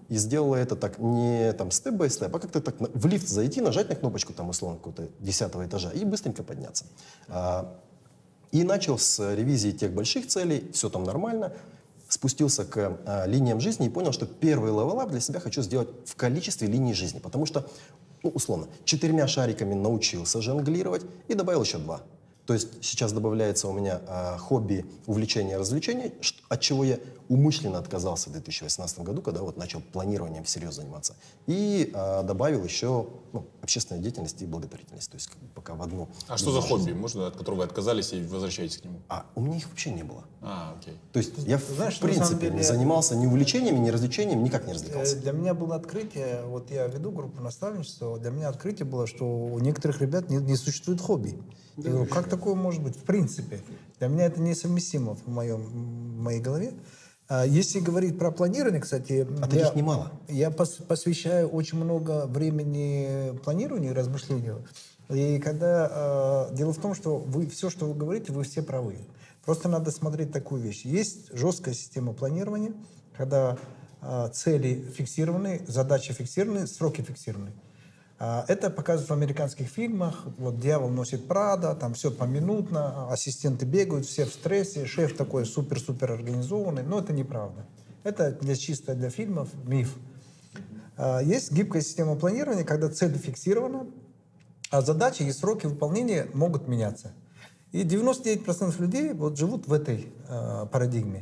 и сделала это так не там степ-бай-степ, а как-то так в лифт зайти, нажать на кнопочку там условно какого-то десятого этажа и быстренько подняться. А, и начал с ревизии тех больших целей, все там нормально, спустился к а, линиям жизни и понял, что первый левел-ап для себя хочу сделать в количестве линий жизни, потому что, ну, условно, четырьмя шариками научился жонглировать и добавил еще два. То есть сейчас добавляется у меня а, хобби, увлечение, развлечение, что, от чего я умышленно отказался в две тысячи восемнадцатом году, когда вот начал планированием всерьез заниматься. И а, добавил еще ну, общественную деятельность и благотворительность. То есть как бы пока в одну. А что за хобби, можно, от которого вы отказались и возвращаетесь к нему? А у меня их вообще не было. А, окей. То есть я знаешь, в принципе деле, не занимался ни увлечениями, ни развлечением, никак не развлекался. Для меня было открытие, вот я веду группу наставничества, для меня открытие было, что у некоторых ребят не, не существует хобби. Я говорю, как такое может быть в принципе? Для меня это несовместимо в, моем, в моей голове. А если говорить про планирование, кстати... А таких немало. Я пос, посвящаю очень много времени планированию и размышлению. И когда... Э, дело в том, что вы все, что вы говорите, вы все правы. Просто надо смотреть такую вещь. Есть жесткая система планирования, когда э, цели фиксированы, задачи фиксированы, сроки фиксированы. Это показывают в американских фильмах. Вот «Дьявол носит Прада», там все поминутно, ассистенты бегают, все в стрессе, шеф такой супер-супер организованный. Но это неправда. Это для, чисто для фильмов миф. Есть гибкая система планирования, когда цель фиксирована, а задачи и сроки выполнения могут меняться. И девяносто девять процентов людей вот живут в этой э, парадигме.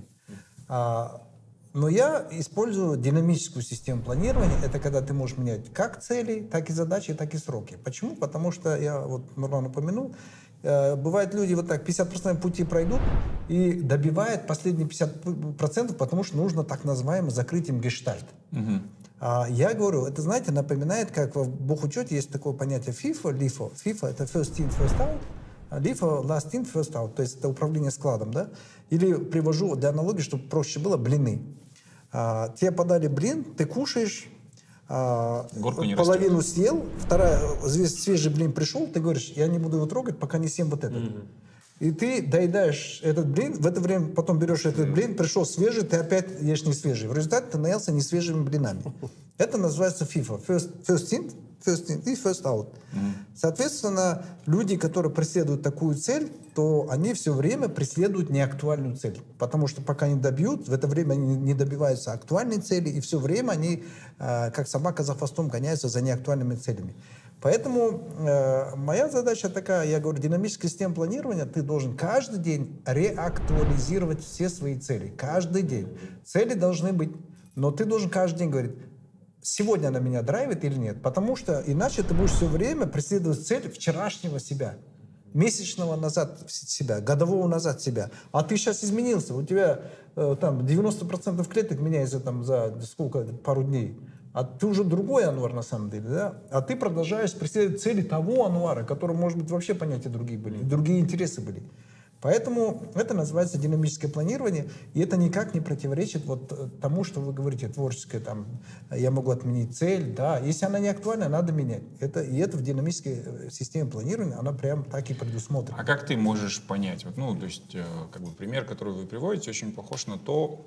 Но я использую динамическую систему планирования. Это когда ты можешь менять как цели, так и задачи, так и сроки. Почему? Потому что, я вот Нурлан упомянул, э, бывают люди вот так пятьдесят процентов пути пройдут и добивают последние пятьдесят процентов, потому что нужно так называемый закрыть им гештальт. Угу. А я говорю, это, знаете, напоминает, как в бухучете есть такое понятие фифо, лифо. фифо — это first in, first out. лифо — last in, first out. То есть это управление складом, да? Или привожу для аналогии, чтобы проще было, блины. А, тебе подали блин, ты кушаешь, а, половину растет. Съел, вторая, свежий блин пришел, ты говоришь, я не буду его трогать, пока не съем вот этот. Mm-hmm. И ты доедаешь этот блин, в это время потом берешь этот блин, пришел свежий, ты опять ешь не свежий. В результате ты наелся несвежими блинами. Это называется фифо. First, first in, first in и first out. Mm. Соответственно, люди, которые преследуют такую цель, то они все время преследуют неактуальную цель. Потому что пока не добьют, в это время они не добиваются актуальной цели, и все время они, э, как собака за хвостом, гоняются за неактуальными целями. Поэтому э, моя задача такая, я говорю, динамическая система планирования, ты должен каждый день реактуализировать все свои цели. Каждый день. Цели должны быть, но ты должен каждый день говорить, сегодня она меня драйвит или нет. Потому что иначе ты будешь все время преследовать цель вчерашнего себя, месячного назад себя, годового назад себя. А ты сейчас изменился, у тебя э, там девяносто процентов клеток меняется там за сколько, пару дней. А ты уже другой Анвар на самом деле, да? А ты продолжаешь преследовать цели того Анвара, которого, может быть, вообще понятия другие были, другие интересы были. Поэтому это называется динамическое планирование, и это никак не противоречит вот тому, что вы говорите, творческое, там, я могу отменить цель, да, если она не актуальна, надо менять. Это, и это в динамической системе планирования, она прям так и предусмотрена. А как ты можешь понять, вот, ну, то есть, как бы пример, который вы приводите, очень похож на то,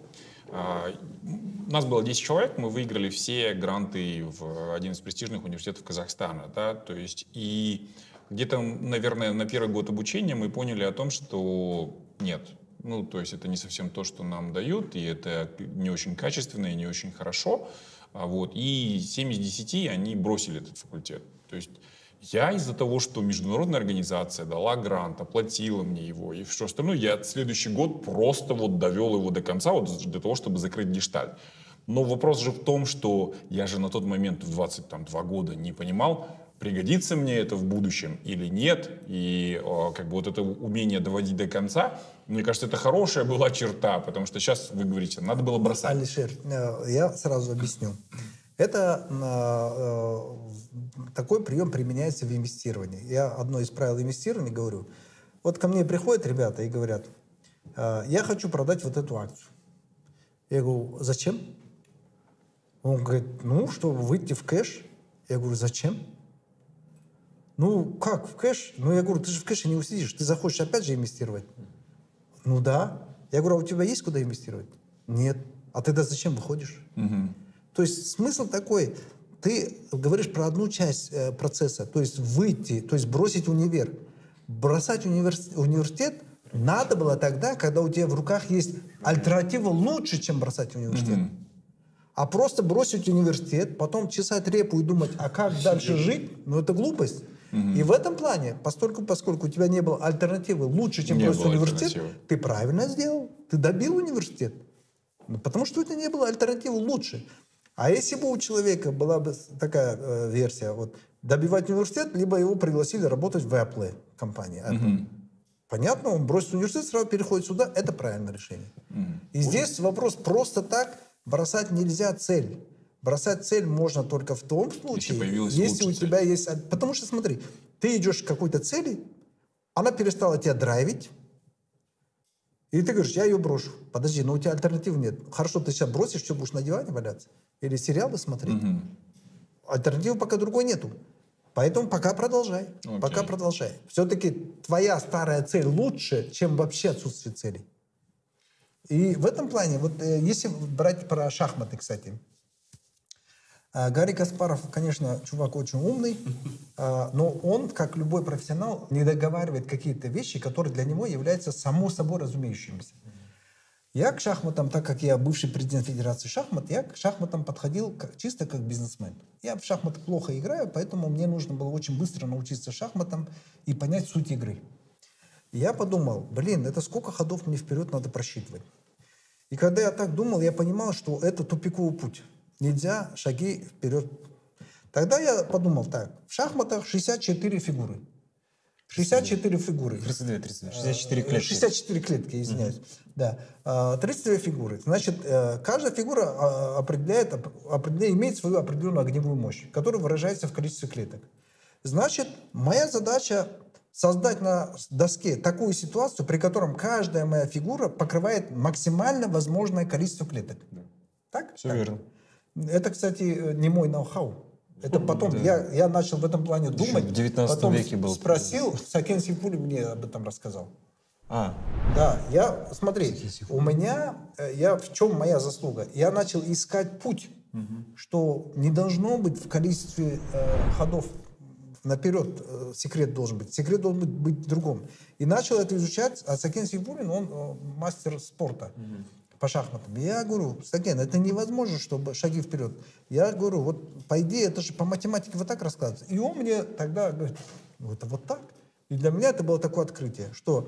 у нас было десять человек, мы выиграли все гранты в один из престижных университетов Казахстана, да, то есть, и где-то, наверное, на первый год обучения мы поняли о том, что нет, ну, то есть это не совсем то, что нам дают, и это не очень качественно и не очень хорошо, вот, и семь из десяти они бросили этот факультет, то есть я из-за того, что международная организация дала грант, оплатила мне его и все остальное, я следующий год просто вот довел его до конца вот для того, чтобы закрыть гештальт. Но вопрос же в том, что я же на тот момент в двадцать два года не понимал, пригодится мне это в будущем или нет. И о, как бы вот это умение доводить до конца, мне кажется, это хорошая была черта, потому что сейчас вы говорите, надо было бросать. Алишер, я сразу объясню. Это э, такой прием применяется в инвестировании. Я одно из правил инвестирования говорю. Вот ко мне приходят ребята и говорят, э, я хочу продать вот эту акцию. Я говорю, зачем? Он говорит, ну, чтобы выйти в кэш. Я говорю, зачем? Ну, как в кэш? Ну, я говорю, ты же в кэше не усидишь, ты захочешь опять же инвестировать. Ну да. Я говорю, а у тебя есть куда инвестировать? Нет. А тогда зачем выходишь? Угу. То есть смысл такой, ты говоришь про одну часть э, процесса, то есть выйти, то есть бросить универ. Бросать универс- университет надо было тогда, когда у тебя в руках есть альтернатива лучше, чем бросать университет. Mm-hmm. А просто бросить университет, потом чесать репу и думать, а как дальше жить, ну это глупость. Mm-hmm. И в этом плане, поскольку, поскольку у тебя не было альтернативы лучше, чем не бросить университет, ты правильно сделал, ты добил университет. Ну, потому что у тебя не было альтернативы лучше. А если бы у человека была бы такая э, версия, вот, добивать университет, либо его пригласили работать в Apple компании. Mm-hmm. Понятно, он бросит университет, сразу переходит сюда, это правильное решение. Mm-hmm. И здесь вопрос просто так бросать нельзя цель. Бросать цель можно только в том случае, если, если у тебя цель. Есть... Потому что, смотри, ты идешь к какой-то цели, она перестала тебя драйвить, и ты говоришь, я ее брошу. Подожди, но у тебя альтернативы нет. Хорошо, ты сейчас бросишь, что будешь на диване валяться? Или сериалы смотреть? Mm-hmm. Альтернативы пока другой нету. Поэтому пока продолжай. Okay. Пока продолжай. Все-таки твоя старая цель лучше, чем вообще отсутствие цели. И в этом плане, вот если брать про шахматы, кстати, Гарри Каспаров, конечно, чувак очень умный, но он, как любой профессионал, не договаривает какие-то вещи, которые для него являются само собой разумеющимися. Я к шахматам, так как я бывший президент Федерации шахмат, я к шахматам подходил как, чисто как бизнесмен. Я в шахматы плохо играю, поэтому мне нужно было очень быстро научиться шахматам и понять суть игры. И я подумал, блин, это сколько ходов мне вперед надо просчитывать. И когда я так думал, я понимал, что это тупиковый путь. Нельзя шаги вперед. Тогда я подумал так, в шахматах шестьдесят четыре фигуры. шестьдесят четыре фигуры. тридцать две, тридцать две, шестьдесят четыре клетки. шестьдесят четыре клетки, извиняюсь. Mm-hmm. Да. тридцать две фигуры. Значит, каждая фигура определяет, определяет, имеет свою определенную огневую мощь, которая выражается в количестве клеток. Значит, моя задача создать на доске такую ситуацию, при котором каждая моя фигура покрывает максимально возможное количество клеток. Да. Так? Все так. верно. Это, кстати, не мой ноу-хау. Это потом, да. я, я начал в этом плане думать. В девятнадцатом веке был. Спросил, Сакен Сейфуллин мне об этом рассказал. А. Да, я, смотри, у меня, я, в чем моя заслуга? Я начал искать путь, угу. что не должно быть в количестве э, ходов наперед э, секрет должен быть. Секрет должен быть, быть в другом. И начал это изучать, а Сакен Сейфуллин, он э, мастер спорта. Угу. По шахматам. Я говорю, Сакен, это невозможно, чтобы шаги вперед. Я говорю, вот по идее, это же по математике вот так раскладывается. И он мне тогда говорит, ну это вот так. И для меня это было такое открытие, что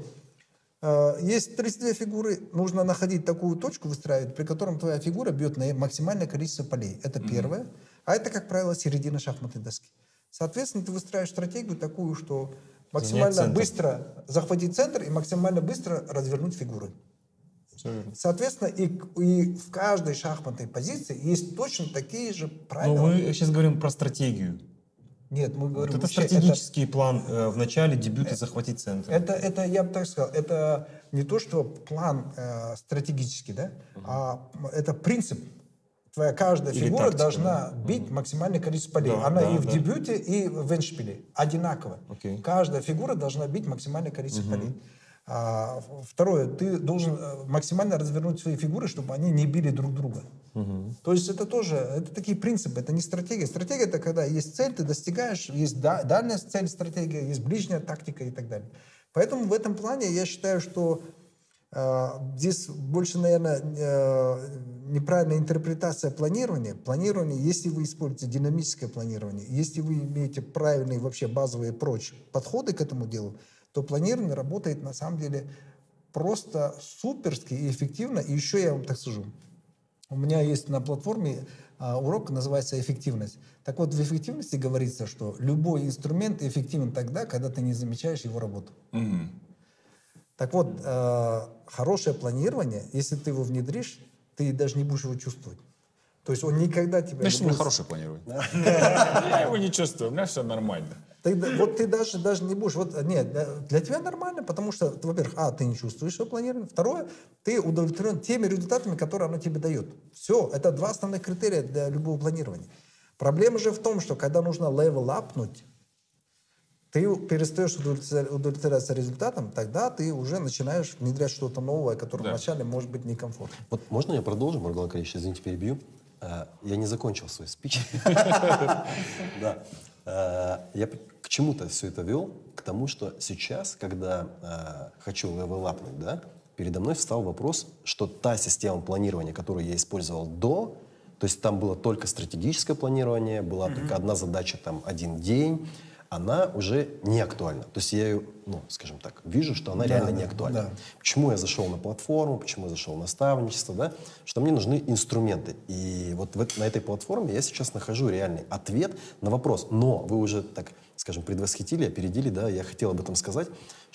э, есть тридцать две фигуры, нужно находить такую точку, выстраивать, при котором твоя фигура бьет на максимальное количество полей. Это mm-hmm. первое. А это, как правило, середина шахматной доски. Соответственно, ты выстраиваешь стратегию такую, что максимально быстро захватить центр и максимально быстро развернуть фигуры. Соответственно, и, и в каждой шахматной позиции есть точно такие же правила. Но мы сейчас говорим про стратегию. Нет, мы говорим... Вот это стратегический это, план э, в начале дебюта захватить центр. Это, это, я бы так сказал, это не то, что план э, стратегический, да, угу. а это принцип. Твоя каждая Или фигура тактика, должна да? бить угу. максимальное количество полей. Да, Она да, и в да. дебюте, и в эндшпиле одинаково. Окей. Каждая фигура должна бить максимальное количество угу. полей. А, второе, ты должен максимально развернуть свои фигуры, чтобы они не били друг друга. Угу. То есть это тоже, это такие принципы, это не стратегия. Стратегия — это когда есть цель, ты достигаешь, есть да, дальняя цель, стратегия, есть ближняя тактика и так далее. Поэтому в этом плане я считаю, что э, здесь больше, наверное, э, неправильная интерпретация планирования. Планирование, если вы используете динамическое планирование, если вы имеете правильные вообще базовые прочие подходы к этому делу, то планирование работает на самом деле просто суперски и эффективно. И еще я вам так скажу. У меня есть на платформе а, урок, называется «Эффективность». Так вот, в эффективности говорится, что любой инструмент эффективен тогда, когда ты не замечаешь его работу. Mm-hmm. Так вот, э, хорошее планирование, если ты его внедришь, ты даже не будешь его чувствовать. То есть он никогда тебя... Значит, не у меня будет... хорошее планирование. Я его не чувствую, у меня все нормально. Ты, вот ты даже, даже не будешь... Вот, нет, для тебя нормально, потому что, во-первых, а, ты не чувствуешь свое планирование. Второе, ты удовлетворен теми результатами, которые оно тебе дает. Все, это два основных критерия для любого планирования. Проблема же в том, что когда нужно левел-апнуть, ты перестаешь удовлетворяться результатом, тогда ты уже начинаешь внедрять что-то новое, которое да. вначале может быть некомфортно. Вот можно я продолжу, Маргулан Карич, извините, перебью? Я не закончил свой спич. Я к чему-то все это вел, к тому, что сейчас, когда хочу левелапнуть, да, передо мной встал вопрос, что та система планирования, которую я использовал до, то есть там было только стратегическое планирование, была mm-hmm. только одна задача, там, один день, она уже не актуальна. То есть я ее, ну, скажем так, вижу, что она да, реально не актуальна. Да. Почему я зашел на платформу, почему я зашел на наставничество, да? Что мне нужны инструменты. И вот в, на этой платформе я сейчас нахожу реальный ответ на вопрос. Но вы уже, так скажем, предвосхитили, опередили, да, я хотел об этом сказать,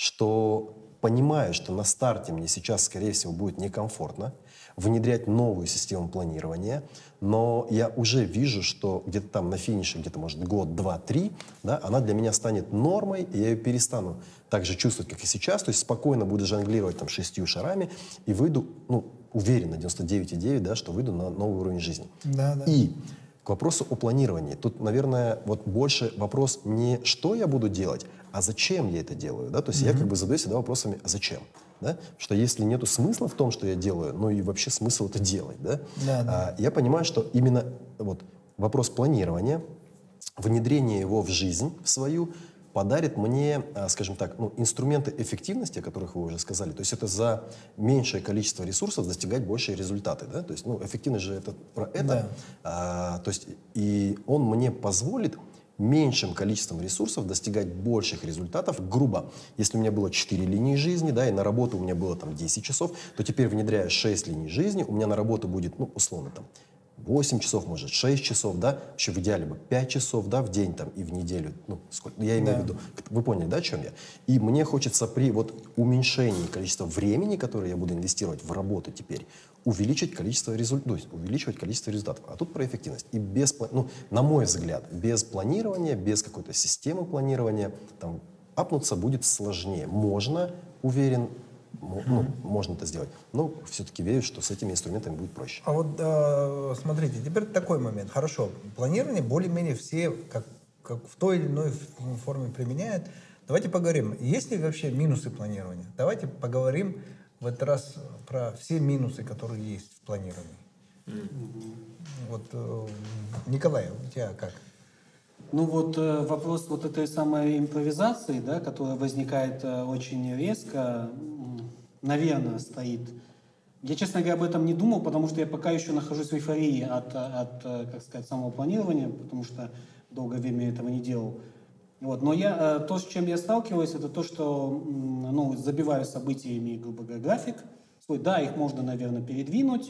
что понимая, что на старте мне сейчас, скорее всего, будет некомфортно внедрять новую систему планирования, но я уже вижу, что где-то там на финише, где-то, может, год, два, три, да, она для меня станет нормой, и я ее перестану так же чувствовать, как и сейчас, то есть спокойно буду жонглировать там шестью шарами и выйду, ну, уверен на девяносто девять и девять, да, что выйду на новый уровень жизни. Да, да. И к вопросу о планировании. Тут, наверное, вот больше вопрос не что я буду делать, а зачем я это делаю. Да? То есть mm-hmm. я как бы задаюсь всегда вопросами «а зачем?». Да? Что если нету смысла в том, что я делаю, ну и вообще смысл это делать. Да? Да, да. А, я понимаю, что именно вот вопрос планирования, внедрение его в жизнь, в свою, подарит мне, скажем так, ну, инструменты эффективности, о которых вы уже сказали. То есть это за меньшее количество ресурсов достигать большие результаты. Да? То есть, ну, эффективность же это про это. Да. А, то есть, и он мне позволит меньшим количеством ресурсов достигать больших результатов. Грубо, если у меня было четыре линии жизни, да, и на работу у меня было там десять часов, то теперь, внедряя шесть линий жизни, у меня на работу будет, ну, условно, там, восемь часов, может, шесть часов, да, вообще в идеале бы пять часов, да, в день там и в неделю, ну, сколько, я имею да. в виду, вы поняли, да, о чем я? И мне хочется при вот уменьшении количества времени, которое я буду инвестировать в работу теперь, увеличить количество результатов, то есть увеличивать количество результатов. А тут про эффективность. И без, ну, на мой взгляд, без планирования, без какой-то системы планирования, там, апнуться будет сложнее. Можно, уверен, ну, можно это сделать. Но все-таки верю, что с этими инструментами будет проще. А вот э, смотрите, теперь такой момент. Хорошо, планирование более-менее все как, как в той или иной форме применяют. Давайте поговорим, есть ли вообще минусы планирования? Давайте поговорим в этот раз про все минусы, которые есть в планировании. Mm-hmm. Вот, э, Николай, у тебя как? Ну вот э, вопрос вот этой самой импровизации, да, которая возникает э, очень резко, наверное, стоит. Я, честно говоря, об этом не думал, потому что я пока еще нахожусь в эйфории от, от, как сказать, самого планирования, потому что долгое время этого не делал. Вот. Но я, то, с чем я сталкиваюсь, это то, что ну, забиваю событиями, грубо говоря, график свой. Да, их можно, наверное, передвинуть,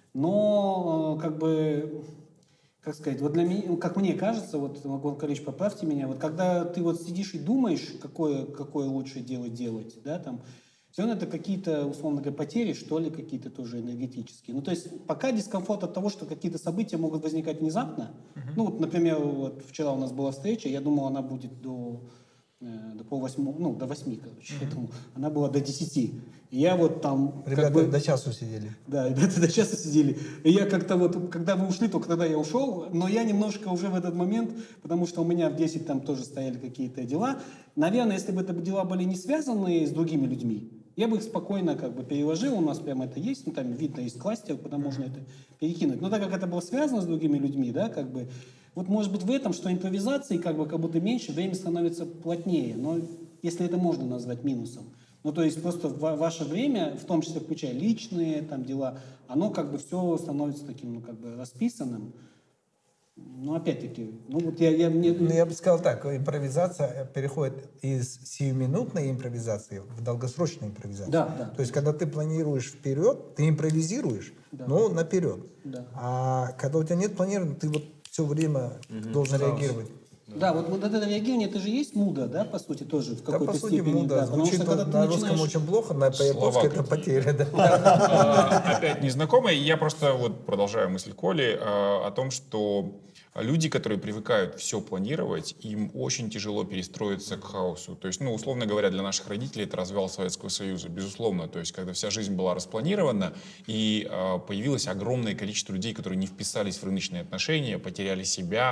но как бы, как сказать, вот для меня, как мне кажется, вот, Маргон Карич, поправьте меня, вот когда ты вот сидишь и думаешь, какое, какое лучше дело делать, да, там, все равно это какие-то, условно говоря, потери, что ли, какие-то тоже энергетические. Ну, то есть пока дискомфорт от того, что какие-то события могут возникать внезапно. Uh-huh. Ну, вот, например, вот вчера у нас была встреча, я думал, она будет до, э, до полвосьмого, ну, до восьми, короче. Uh-huh. Поэтому она была до десяти. И я вот там... Ребята как бы, до часу сидели. Да, ребята до часу сидели. И я как-то вот, когда вы ушли, только тогда я ушел, но я немножко уже в этот момент, потому что у меня в десять там тоже стояли какие-то дела. Наверное, если бы это дела были не связаны с другими людьми, я бы их спокойно как бы переложил, у нас прямо это есть, ну там видно есть кластер, куда можно это перекинуть. Но так как это было связано с другими людьми, да, как бы, вот может быть в этом, что импровизации как бы как будто меньше, время становится плотнее, но если это можно назвать минусом. Ну то есть просто в ваше время, в том числе включая личные там дела, оно как бы все становится таким, ну как бы расписанным. Ну, опять-таки, ну вот я... Я, мне... ну, я бы сказал так, импровизация переходит из сиюминутной импровизации в долгосрочную импровизацию. Да, да. То есть, когда ты планируешь вперед, ты импровизируешь, да. но наперед. Да. А когда у тебя нет планирования, ты вот все время угу. должен Хаос. реагировать. Да, вот, вот это реагирование, это же есть муда, да, по сути, тоже в какой-то да, по сути, степени. Муда. Да, потому звучит что, когда на ты русском начинаешь... очень плохо, на по-японски это потеря. Опять незнакомое. Я просто вот продолжаю мысль Коли о том, что люди, которые привыкают все планировать, им очень тяжело перестроиться к хаосу. То есть, ну, условно говоря, для наших родителей это развал Советского Союза, безусловно. То есть, когда вся жизнь была распланирована, и э, появилось огромное количество людей, которые не вписались в рыночные отношения, потеряли себя,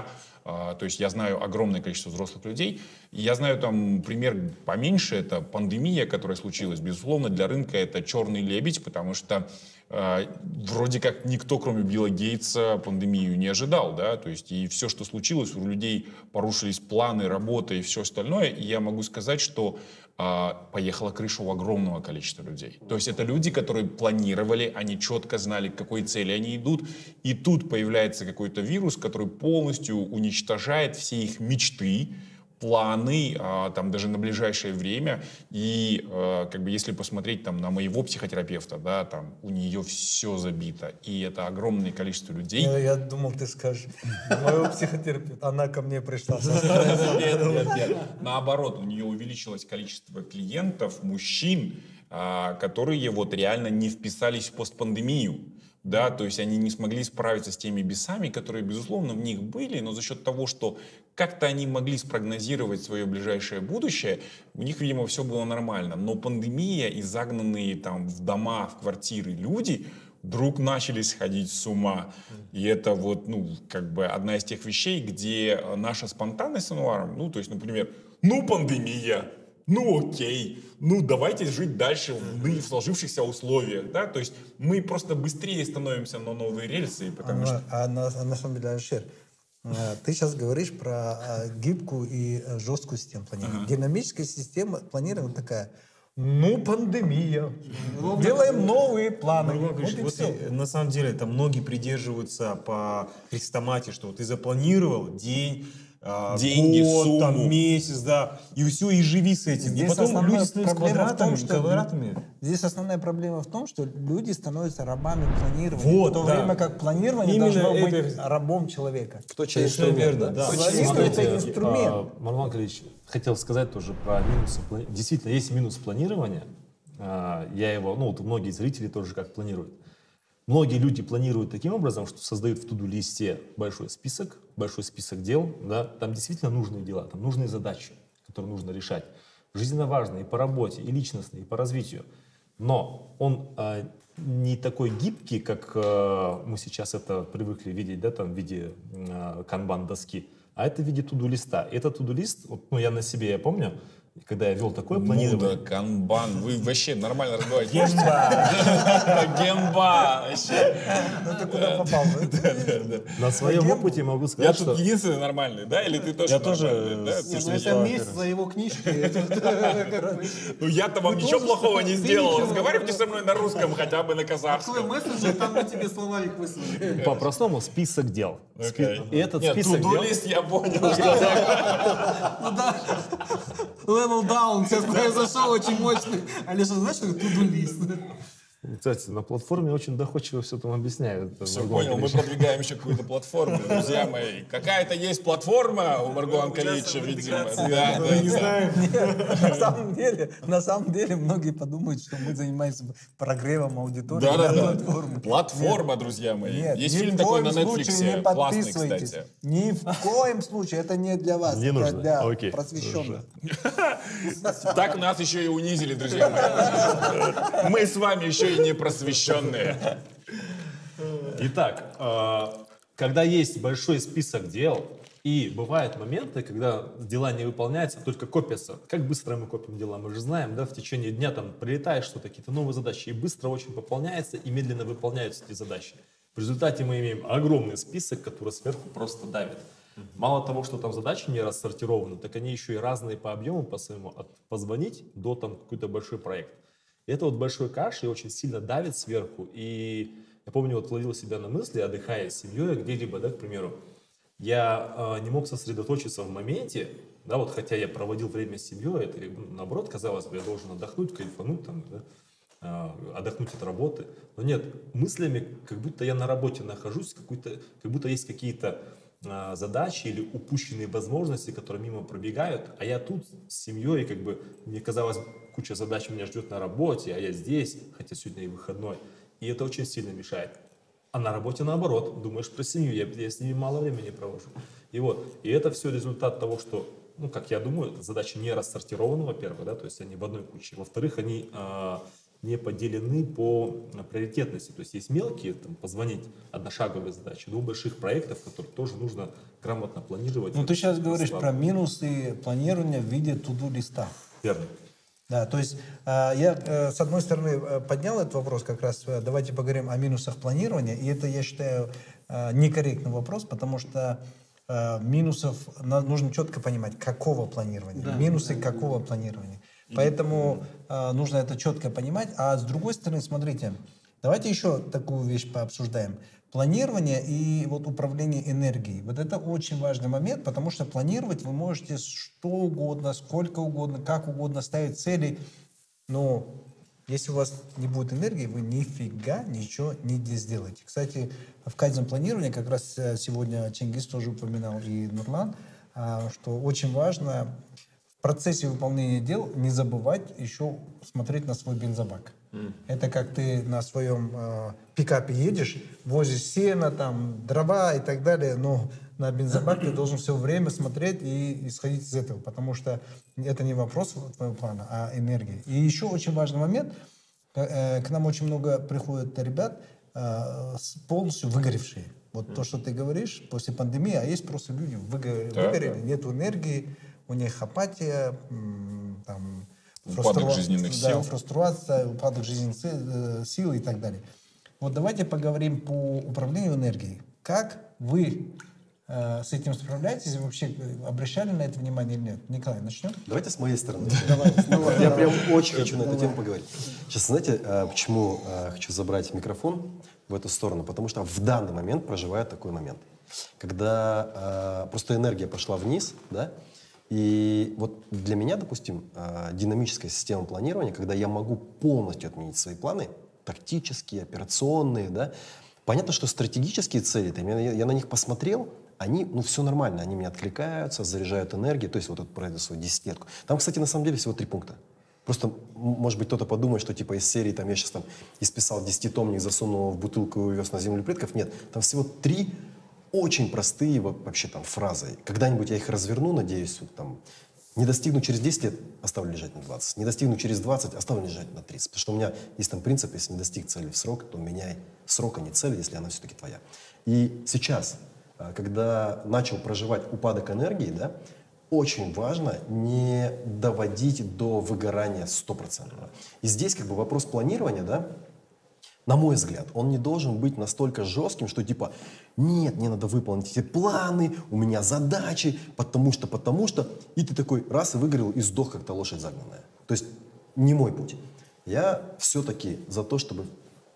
То есть я знаю огромное количество взрослых людей. И я знаю там пример поменьше, это пандемия, которая случилась. Безусловно, для рынка это черный лебедь, потому что э, вроде как никто, кроме Билла Гейтса, пандемию не ожидал. Да? То есть и все, что случилось, у людей порушились планы, работа и все остальное. И я могу сказать, что э, поехала крыша у огромного количества людей. То есть это люди, которые планировали, они четко знали, к какой цели они идут. И тут появляется какой-то вирус, который полностью уничтожает уничтожает все их мечты, планы, а, там даже на ближайшее время. И а, как бы если посмотреть там на моего психотерапевта, да, там у нее все забито, и это огромное количество людей. Я, я думал, ты скажешь, моего психотерапевта, она ко мне пришла. Нет, нет, нет. Наоборот, у нее увеличилось количество клиентов, мужчин, а, которые вот реально не вписались в постпандемию. Да, то есть они не смогли справиться с теми бесами, которые, безусловно, в них были, но за счет того, что как-то они могли спрогнозировать свое ближайшее будущее, у них, видимо, все было нормально. Но пандемия и загнанные там в дома, в квартиры люди вдруг начали сходить с ума. И это вот, ну, как бы одна из тех вещей, где наша спонтанность с Ануаром, ну, то есть, например, ну, пандемия, ну окей, ну давайте жить дальше в, в сложившихся условиях, да, то есть мы просто быстрее становимся на новые рельсы, потому а, что... А на, а на самом деле, Алишер, ты сейчас говоришь про гибкую и жесткую систему планирования. Ага. Динамическая система планирования такая: ну, пандемия, делаем новые планы. Ну, вот и вот все. На самом деле, там многие придерживаются по хрестоматии, что вот ты запланировал день, деньги, год, сумму, там, месяц, да, и все, и живи с этим. Здесь и потом люди становятся квадратами, том, что квадратами. Здесь основная проблема в том, что люди становятся рабами планирования, вот, в то да. время как планирование Именно должно это... быть рабом человека. Кто чей инструмент, верно, да? да. Планирование — это инструмент. А, Марwan Ильич, хотел сказать тоже про минусы. Действительно, есть минус планирования. А, я его, ну, вот многие зрители тоже как планируют. Многие люди планируют таким образом, что создают в туду-листе большой список, большой список дел, да, там действительно нужные дела, там нужные задачи, которые нужно решать. Жизненно важные и по работе, и личностные, и по развитию. Но он э, не такой гибкий, как э, мы сейчас это привыкли видеть, да, там, в виде э, канбан-доски, а это в виде туду-листа. И этот туду-лист, вот, ну, я на себе, я помню, когда я вел такое планирование... Мудро, канбан, вы вообще нормально разговариваете. Гемба! Гемба! Вообще. Ну ты куда попал? На своем опыте могу Я сказать, что... тут единственный нормальный, да? Или ты тоже Я тоже нормальный, да? с- Не, ну Слушай, это месть за его книжки. Ну я-то вам Вы ничего тоже плохого что-то- не ты сделал. ничего. Разговаривайте со мной на русском, хотя бы на Твой казахском. мессенджер, там мы тебе словарик выслали. По-простому список дел. Окей. И этот Нет, список дел... туду-лист я понял. Ну да. Level down сейчас произошел очень мощный. Алиша, знаешь, что это туду-лист? Кстати, на платформе очень доходчиво все там объясняют. Это Все, Маргон понял, мы Ильич. продвигаем еще какую-то платформу, друзья мои. Какая-то есть платформа у Маргуан Калича, видимо. Да, да, Не да. знаю. На самом деле, на самом деле, многие подумают, что мы занимаемся прогревом аудитории Да, да, на да. платформе. Платформа, друзья мои. Нет, Есть ни фильм в такой на коем случае Netflix, не классный, подписывайтесь. кстати. Ни в коем случае, это не для вас, Не это нужно. для Окей. просвещенных. Так нас еще и унизили, друзья мои. Мы с вами еще и не просвещенные. Итак, э, когда есть большой список дел, и бывают моменты, когда дела не выполняются, только копятся. Как быстро мы копим дела, мы же знаем, да, в течение дня там прилетает что-то, какие-то новые задачи, и быстро очень пополняется, и медленно выполняются эти задачи. В результате мы имеем огромный список, который сверху просто давит. Мало того, что там задачи не рассортированы, так они еще и разные по объему, по своему, от позвонить до там какой-то большой проект. И это вот большой каш, и очень сильно давит сверху. И я помню, вот ловил себя на мысли, отдыхая с семьей где-либо, да, к примеру, я э, не мог сосредоточиться в моменте, да, вот хотя я проводил время с семьей, это наоборот, казалось бы, я должен отдохнуть, кайфануть, там, да, э, отдохнуть от работы. Но нет, мыслями, как будто я на работе нахожусь, какой-то, как будто есть какие-то э, задачи или упущенные возможности, которые мимо пробегают, а я тут с семьей, как бы, мне казалось, куча задач меня ждет на работе, а я здесь, хотя сегодня и выходной. И это очень сильно мешает. А на работе наоборот, думаешь про семью, я, я с ними мало времени провожу. И вот, и это все результат того, что, ну, как я думаю, задачи не рассортированы, во-первых, да, то есть они в одной куче. Во-вторых, они э, не поделены по приоритетности. То есть есть мелкие, там, позвонить, одношаговые задачи, но у больших проектов, которые тоже нужно грамотно планировать. Ну, ты сейчас говоришь про минусы планирования в виде to-do листа. Верно. Да, то есть э, я, э, с одной стороны, э, поднял этот вопрос как раз, э, давайте поговорим о минусах планирования, и это, я считаю, э, некорректный вопрос, потому что э, минусов на, нужно четко понимать, какого планирования, Да, минусы да, какого да. планирования. Поэтому э, нужно это четко понимать, а с другой стороны, смотрите, давайте еще такую вещь пообсуждаем. Планирование и вот управление энергией. Вот это очень важный момент, потому что планировать вы можете что угодно, сколько угодно, как угодно, ставить цели. Но если у вас не будет энергии, вы нифига ничего не сделаете. Кстати, в кайдзен планировании, как раз сегодня Чингис тоже упоминал и Нурлан, что очень важно в процессе выполнения дел не забывать еще смотреть на свой бензобак. Mm. Это как ты на своем э, пикапе едешь, возишь сено, там, дрова и так далее, но на бензобак ты должен все время смотреть и исходить из этого, потому что это не вопрос твоего плана, а энергии. И еще очень важный момент, э, к нам очень много приходят ребят э, полностью выгоревшие. Вот mm. то, что ты говоришь, после пандемии, а есть просто люди выгорели, да, выгорели да. нету энергии, у них апатия, там, упадок фрустру... жизненных да, сил. фрустрация, упадок жизненных сил и так далее. Вот давайте поговорим по управлению энергией. Как вы э, с этим справляетесь? Вы вообще обращали на это внимание или нет? Николай, начнем? Давайте с моей стороны. Давай. Я прям очень хочу на эту тему поговорить. Сейчас, знаете, почему хочу забрать микрофон в эту сторону? Потому что в данный момент проживаю такой момент, когда просто энергия пошла вниз, да, и вот для меня, допустим, динамическая система планирования, когда я могу полностью отменить свои планы, тактические, операционные, да, понятно, что стратегические цели, я на них посмотрел, они, ну, все нормально, они мне откликаются, заряжают энергией, то есть вот про эту свою десятилетку. Там, кстати, на самом деле всего три пункта. Просто, может быть, кто-то подумает, что типа из серии, там, я сейчас там исписал десятитомник, засунул его в бутылку и увез на землю предков. Нет, там всего три очень простые вообще там фразы. Когда-нибудь я их разверну, надеюсь, вот, там, не достигну через десять лет, оставлю лежать на двадцать. Не достигну через двадцать, оставлю лежать на тридцать. Потому что у меня есть там принцип, если не достиг цели в срок, то меняй срок, а не цель, если она все-таки твоя. И сейчас, когда начал проживать упадок энергии, да, очень важно не доводить до выгорания стопроцентного. И здесь как бы вопрос планирования, да, на мой взгляд, он не должен быть настолько жестким, что типа, нет, мне надо выполнить эти планы, у меня задачи, потому что, потому что, и ты такой раз и выгорел, и сдох, как-то лошадь загнанная. То есть не мой путь. Я все-таки за то, чтобы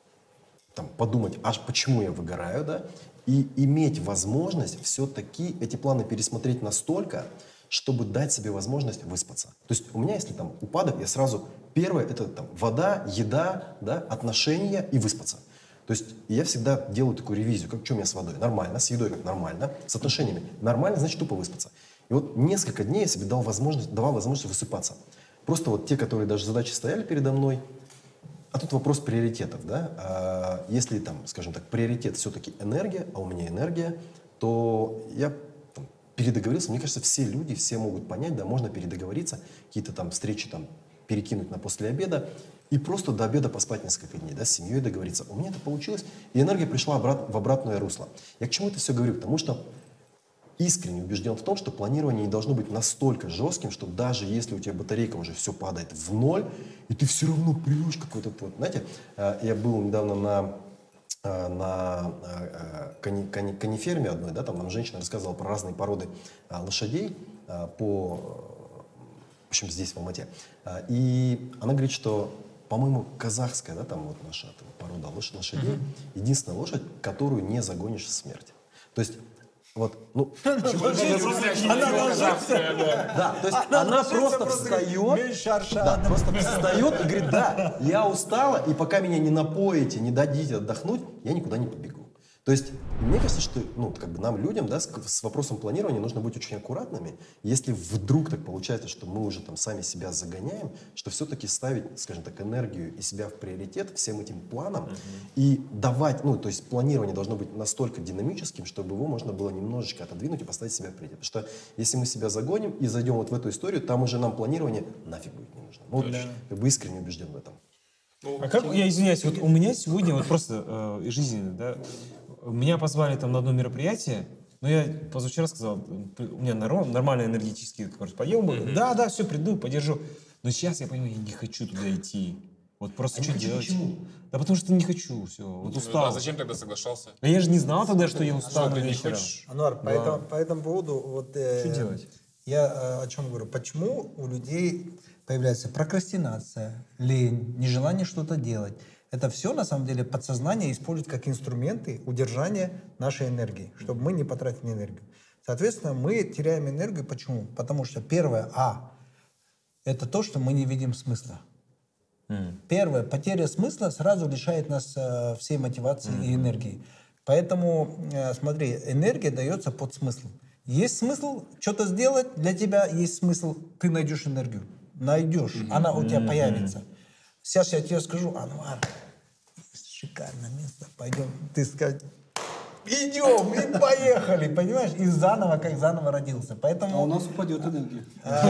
там, подумать, аж почему я выгораю, да, и иметь возможность все-таки эти планы пересмотреть настолько, чтобы дать себе возможность выспаться. То есть у меня, если там упадок, я сразу... Первое — это там вода, еда, да, отношения и выспаться. То есть я всегда делаю такую ревизию, как что у меня с водой. Нормально, с едой как нормально, с отношениями нормально, значит тупо выспаться. И вот несколько дней я себе дал возможность, давал возможность высыпаться. Просто вот те, которые даже задачи стояли передо мной, а тут вопрос приоритетов, да. А если там, скажем так, приоритет все-таки энергия, а у меня энергия, то я там передоговорился. Мне кажется, все люди, все могут понять, да, можно передоговориться, какие-то там встречи там перекинуть на после обеда и просто до обеда поспать несколько дней, да, с семьей договориться. У меня это получилось, и энергия пришла обрат, в обратное русло. Я к чему это все говорю? Потому что искренне убежден в том, что планирование не должно быть настолько жестким, что даже если у тебя батарейка уже все падает в ноль, и ты все равно прешь какой-то... Вот, знаете, я был недавно на, на кони, кони, кониферме одной, да, там нам женщина рассказывала про разные породы лошадей по... В общем, здесь, в Алмате. И она говорит, что, по-моему, казахская, да, там вот наша там, порода лошадей, mm-hmm. единственная лошадь, которую не загонишь в смерть. То есть, вот, ну... Она Да, то есть она просто встает, да, просто встает и говорит, да, я устала, и пока меня не напоите, не дадите отдохнуть, я никуда не побегу. То есть, мне кажется, что ну, как бы нам, людям, да, с, с вопросом планирования нужно быть очень аккуратными. Если вдруг так получается, что мы уже там сами себя загоняем, что все-таки ставить, скажем так, энергию и себя в приоритет всем этим планам mm-hmm. и давать, ну, то есть планирование должно быть настолько динамическим, чтобы его можно было немножечко отодвинуть и поставить себя в приоритет. Потому что если мы себя загоним и зайдем вот в эту историю, там уже нам планирование нафиг будет не нужно. Ну, вот, как бы искренне убежден в этом. Ну, А как, я извиняюсь, вот у меня сегодня вот просто э, жизненно, да, меня позвали там на одно мероприятие, но я позавчера сказал, у меня норм, нормальный энергетический какой-то подъем был, mm-hmm. да, да, все, приду, поддержу. Но сейчас я понимаю, я не хочу туда идти. Вот просто а что делать? Почему? Да потому что не хочу, все, вот устал. А зачем тогда соглашался? А я же не знал тогда, что я устал. А что, ты не хочешь? Ануар, да. по, этому, по этому поводу, вот, э, что делать? Я э, о чем говорю, почему у людей появляется прокрастинация, лень, нежелание что-то делать. Это все, на самом деле, подсознание использует как инструменты удержания нашей энергии, чтобы мы не потратили энергию. Соответственно, мы теряем энергию. Почему? Потому что первое, а, это то, что мы не видим смысла. Mm. Первое, потеря смысла сразу лишает нас э, всей мотивации mm. и энергии. Поэтому, э, смотри, энергия дается под смыслом. Есть смысл что-то сделать для тебя, есть смысл, ты найдешь энергию. Найдешь, mm-hmm. она у тебя появится. Сейчас я тебе скажу, Ануар, шикарное место, пойдем. Ты скажешь, идем, и поехали, понимаешь? И заново, как заново родился. Поэтому... А у нас упадет энергия.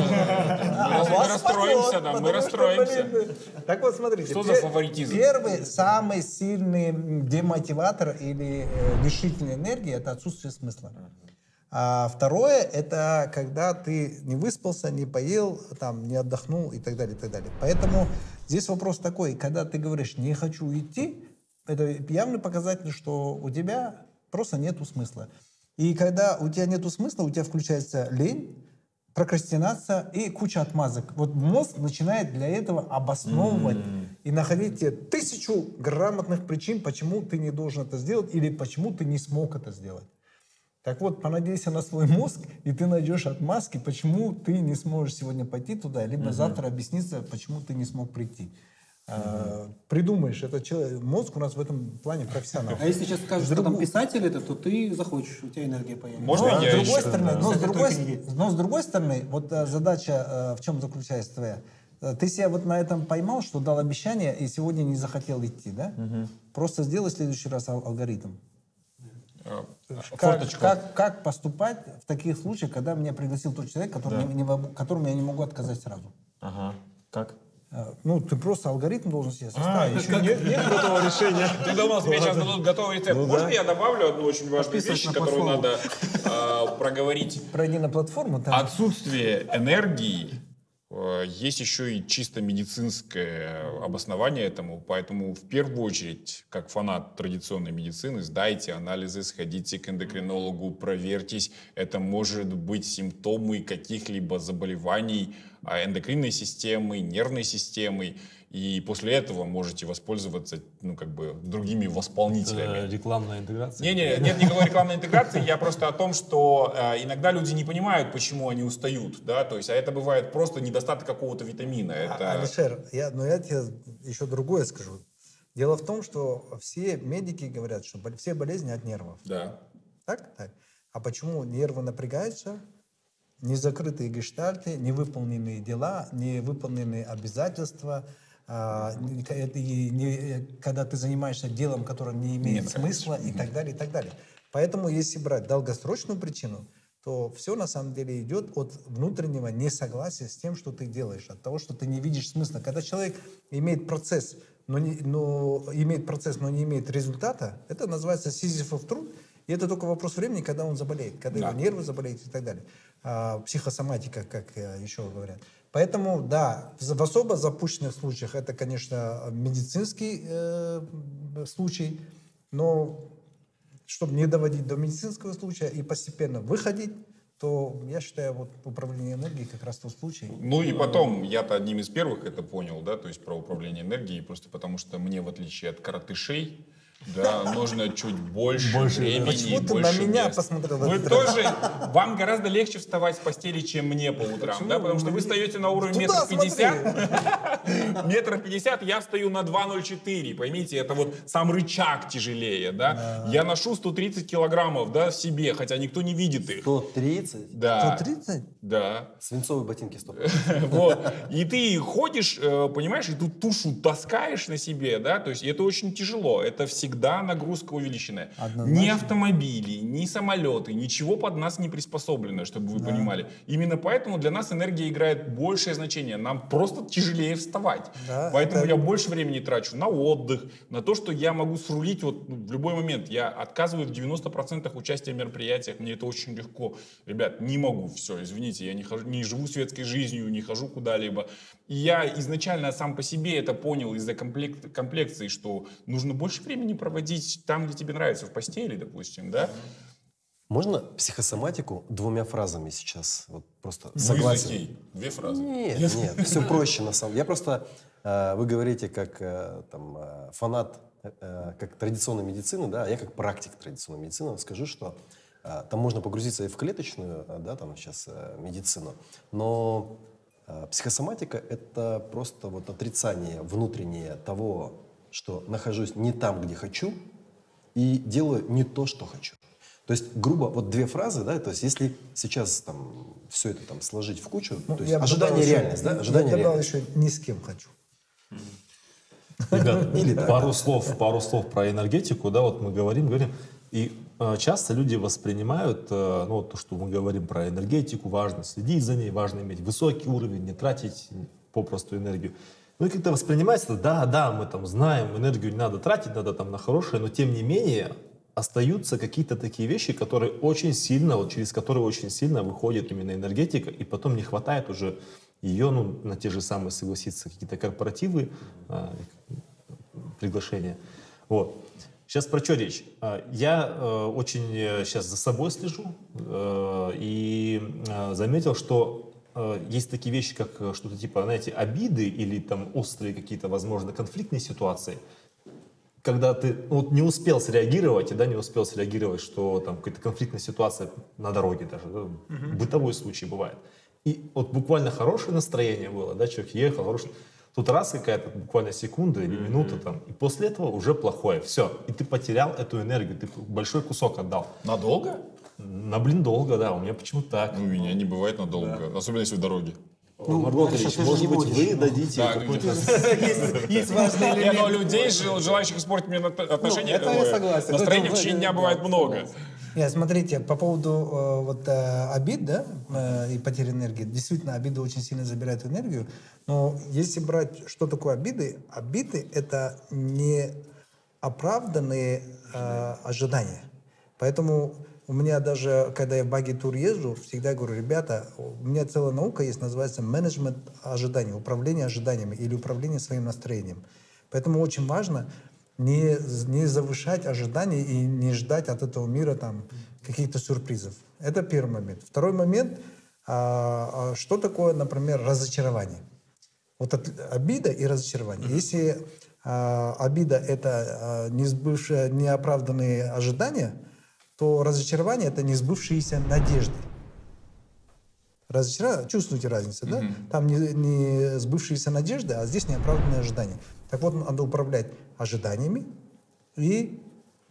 Мы расстроимся, да, мы расстроимся. Так вот, смотрите. Что за фаворитизм? Первый, самый сильный демотиватор или лишительной энергии — это отсутствие смысла. А второе, это когда ты не выспался, не поел, там, не отдохнул и так далее, и так далее. Поэтому здесь вопрос такой, когда ты говоришь «не хочу идти», это явный показатель, что у тебя просто нету смысла. И когда у тебя нету смысла, у тебя включается лень, прокрастинация и куча отмазок. Вот мозг начинает для этого обосновывать mm-hmm. и находить тебе тысячу грамотных причин, почему ты не должен это сделать или почему ты не смог это сделать. Так вот, понадейся на свой мозг, и ты найдешь отмазки, почему ты не сможешь сегодня пойти туда, либо mm-hmm. завтра объясниться, почему ты не смог прийти. Mm-hmm. А, придумаешь, это человек, мозг у нас в этом плане профессионал. А если сейчас скажешь, что там писатель это, то ты захочешь, у тебя энергия появится. Можно но, я с другой еще? стороны, Да. но, с другой, но с другой стороны, вот а, задача а, в чем заключается твоя? Ты себя вот на этом поймал, что дал обещание, и сегодня не захотел идти, да? Mm-hmm. Просто сделай в следующий раз ал- алгоритм. Как, как, как поступать в таких случаях, когда меня пригласил тот человек, который да. не, не, которому я не могу отказать сразу? Ага. Как? Ну, ты просто алгоритм должен себе составить. А, еще нет, нет готового решения. Ты думал, тебе сейчас дадут готовый рецепт. Можно я добавлю одну очень важную вещь, которую надо проговорить? Пройди на платформу. Отсутствие энергии. Есть еще и чисто медицинское обоснование этому, поэтому в первую очередь, как фанат традиционной медицины, сдайте анализы, сходите к эндокринологу, проверьтесь. Это может быть симптомы каких-либо заболеваний эндокринной системы, нервной системы, и после этого можете воспользоваться, ну, как бы, другими восполнителями. Это рекламная интеграция? Не, не, нет, никакой рекламной интеграции. Я просто о том, что э, иногда люди не понимают, почему они устают, да, то есть, а это бывает просто недостаток какого-то витамина. Это... Алишер, я, но я тебе еще другое скажу. Дело в том, что все медики говорят, что все болезни от нервов. Да. Так? Так. А почему нервы напрягаются? Незакрытые гештальты, невыполненные дела, невыполненные обязательства. А, и не, когда ты занимаешься делом, которое не имеет Нет, смысла, конечно. и так далее, и так далее. Поэтому, если брать долгосрочную причину, то все на самом деле идет от внутреннего несогласия с тем, что ты делаешь, от того, что ты не видишь смысла. Когда человек имеет процесс, но не, но, имеет процесс, но не имеет результата, это называется сизифов труд, и это только вопрос времени, когда он заболеет, когда да. его нервы заболеют и так далее. А, психосоматика, как еще говорят. Поэтому, да, в особо запущенных случаях это, конечно, медицинский э, случай, но чтобы не доводить до медицинского случая и постепенно выходить, то я считаю, вот управление энергией как раз тот случай. Ну и потом, я-то одним из первых это понял, да, то есть про управление энергией, просто потому что мне, в отличие от коротышей, да, нужно чуть больше, больше времени. Почему ты больше на меня мест. посмотрел? Вы тоже, вам гораздо легче вставать с постели, чем мне по утрам, Почему? да, потому что вы встаете на уровень метр пятьдесят, метр пятьдесят, я встаю на два ноль четыре, поймите, это вот сам рычаг тяжелее, да, да. Я ношу сто тридцать килограммов, да, в себе, хотя никто не видит их. сто тридцать? Да. сто тридцать? Да. Свинцовые ботинки сто. Вот, и ты ходишь, понимаешь, и тут тушу таскаешь на себе, да, то есть это очень тяжело, это всегда всегда нагрузка увеличенная. Однозначно. Ни автомобили, ни самолеты, ничего под нас не приспособлено, чтобы вы Да. понимали. Именно поэтому для нас энергия играет большее значение. Нам просто тяжелее вставать. Да, Поэтому это- я больше времени трачу на отдых, на то, что я могу срулить вот, ну, в любой момент. Я отказываю в девяноста процентах участия в мероприятиях, мне это очень легко. Ребят, не могу, все, извините, я не, хожу, не живу светской жизнью, не хожу куда-либо. И я изначально сам по себе это понял из-за комплект, комплекции, что нужно больше времени проводить там, где тебе нравится, в постели, допустим, да? Можно психосоматику двумя фразами сейчас? Вот просто Ну, согласен. Изакей, две фразы. Нет, нет, все проще на самом деле. Я просто, э, вы говорите как э, там, э, фанат э, как традиционной медицины, да, а я как практик традиционной медицины скажу, что э, там можно погрузиться и в клеточную, э, да, там сейчас э, медицину, но э, психосоматика — это просто вот отрицание внутреннее того, что нахожусь не там, где хочу, и делаю не то, что хочу. То есть, грубо, вот две фразы, да, то есть, если сейчас там все это там сложить в кучу, Ну, то есть, я бы ожидание добавил еще- реальность, да, я ожидание добавил реальность. еще ни с кем хочу. Ребят, Или так, пару слов, пару слов про энергетику, да, вот мы говорим, говорим, и э, часто люди воспринимают, э, ну, вот то, что мы говорим про энергетику, важно следить за ней, важно иметь высокий уровень, не тратить попросту энергию. Ну и как-то воспринимается, да, да, мы там знаем, энергию не надо тратить, надо там на хорошее, но тем не менее остаются какие-то такие вещи, которые очень сильно, вот через которые очень сильно выходит именно энергетика, и потом не хватает уже ее, ну, на те же самые, согласиться, какие-то корпоративы, а, приглашения. Вот. Сейчас про что речь? А, Я э, очень э, сейчас за собой слежу э, и э, заметил, что э, есть такие вещи, как э, что-то типа, знаете, обиды или там острые какие-то, возможно, конфликтные ситуации, когда ты ну, вот не успел среагировать, и да, не успел среагировать, что там какая-то конфликтная ситуация на дороге даже, да, uh-huh. бытовой случай бывает. И вот буквально хорошее настроение было, да, человек ехал, хороший. Тут раз какая-то буквально секунда или минута там, и после этого уже плохое. Все, и ты потерял эту энергию, ты большой кусок отдал. Надолго? На блин долго, да, у меня почему-то так. Ну, у меня не бывает надолго, особенно если в дороге. Ну, Марго дальше Андреевич, ты же может не быть, будешь. вы дадите Да, какой-то... Есть важный Не, но людей, жел- желающих испортить мне нат- отношения, это я ой, согласен. настроение в Это- течение дня да, бывает много. Нет, смотрите, по поводу э, вот э, обид, да, э, и потери энергии, действительно, обиды очень сильно забирают энергию, но если брать, что такое обиды, обиды — это неоправданные э, ожидания. Поэтому у меня даже, когда я в баги-тур езжу, всегда говорю, ребята, у меня целая наука есть, называется менеджмент ожиданий, управление ожиданиями или управление своим настроением. Поэтому очень важно не, не завышать ожидания и не ждать от этого мира там каких-то сюрпризов. Это первый момент. Второй момент, а, а, что такое, например, разочарование? Вот от, обида и разочарование. Если а, обида — это а, несбывшие, неоправданные ожидания, то разочарование — это несбывшиеся надежды. Разочарование, чувствуете разницу, да? Там не, не сбывшиеся надежды, а здесь неоправданные ожидания. Так вот, надо управлять ожиданиями и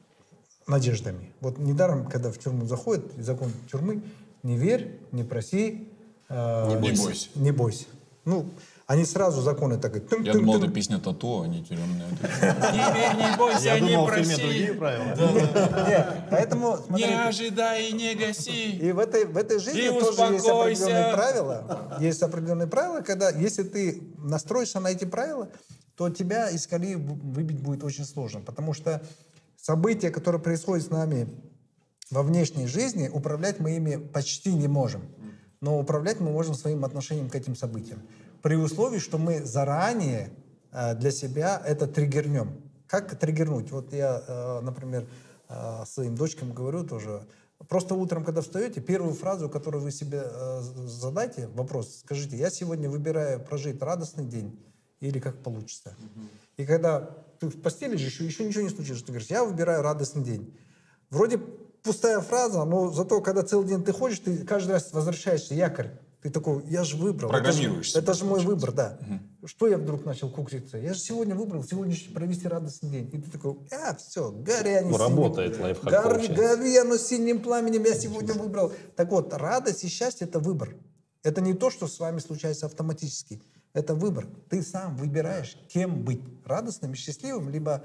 надеждами. Вот недаром, когда в тюрьму заходит, закон тюрьмы, не верь, не проси, э, Не Не бойся. бойся. не бойся. Ну, они сразу законы так говорят. Я думал, это песня Тату, а не тюремная. Не верь, не бойся, Я не думал, в фильме проси. другие правила. Поэтому, Не смотрите, ожидай и не гаси. и в этой, в этой жизни И тоже есть успокойся. определенные правила. Есть определенные правила, когда если ты настроишься на эти правила, то тебя из колеи выбить будет очень сложно. Потому что события, которые происходят с нами во внешней жизни, управлять мы ими почти не можем. Но управлять мы можем своим отношением к этим событиям. При условии, что мы заранее э, для себя это триггернем. Как триггернуть? Вот я, э, например, э, своим дочкам говорю тоже. Просто утром, когда встаете, первую фразу, которую вы себе э, задайте, вопрос, скажите, я сегодня выбираю прожить радостный день или как получится. И когда ты в постели же еще, еще ничего не случилось, ты говоришь, я выбираю радостный день. Вроде пустая фраза, но зато, когда целый день ты ходишь, ты каждый раз возвращаешься, якорь. Ты такой, я же выбрал. Программируешь Это же себя, мой выбор, да. Что я вдруг начал кукситься? Я же сегодня выбрал, сегодня провести радостный день. И ты такой, а, все, гори они Ну, синим- работает лайфхак, гори, получается. гори оно синим пламенем, я сегодня выбрал. Так вот, радость и счастье — это выбор. Это не то, что с вами случается автоматически. Это выбор. Ты сам выбираешь, кем быть. Радостным, счастливым, либо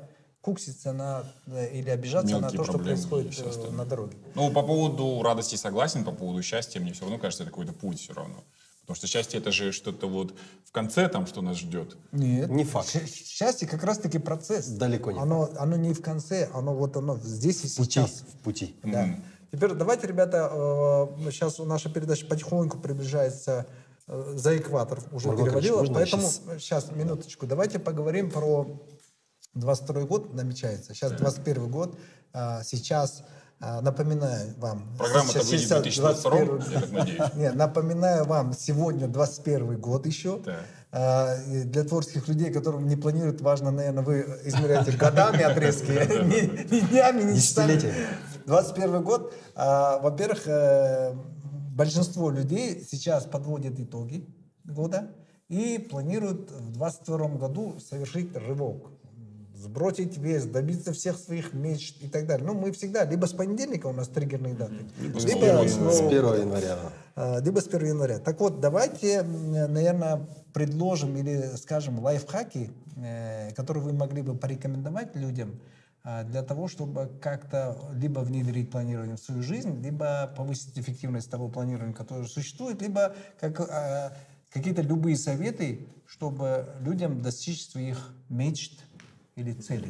кукситься на, или обижаться Мелкие на то, что проблемы и происходит всё э, остальное. на дороге. Ну, по поводу радости согласен, по поводу счастья мне все равно кажется, это какой-то путь все равно. Потому что счастье — это же что-то вот в конце там, что нас ждет. Нет. Не факт. Щ- Счастье как раз-таки процесс. Далеко не оно, оно не в конце, оно вот оно здесь и В пути. сейчас. В пути. Да. Теперь давайте, ребята, э, сейчас наша передача потихоньку приближается э, за экватор, уже Марго перевалила, Аркадьевич, можно поэтому я сейчас, минуточку, давайте поговорим про двадцать второй год намечается, сейчас двадцать первый год, а, сейчас а, напоминаю вам... Программа-то сейчас- выйдет в сейчас две тысячи двадцать втором, двадцать я так надеюсь. Нет, напоминаю вам, сегодня двадцать первый год еще. Да. А, и для творческих людей, которым не планируют, важно, наверное, вы измеряете годами отрезки, не не днями, не часами. Десятилетиями. двадцать первый год. А, Во-первых, э, большинство людей сейчас подводят итоги года и планируют в двадцать втором году совершить рывок. Сбросить вес, добиться всех своих мечт и так далее. Ну, мы всегда, либо с понедельника у нас триггерные даты, Либо с либо Нового с года. С Нового первого года. января. А, либо с первого января. Так вот, давайте, м, наверное, предложим или скажем лайфхаки, э, которые вы могли бы порекомендовать людям а, для того, чтобы как-то либо внедрить планирование в свою жизнь, либо повысить эффективность того планирования, которое существует, либо как, а, какие-то любые советы, чтобы людям достичь своих мечт или целей.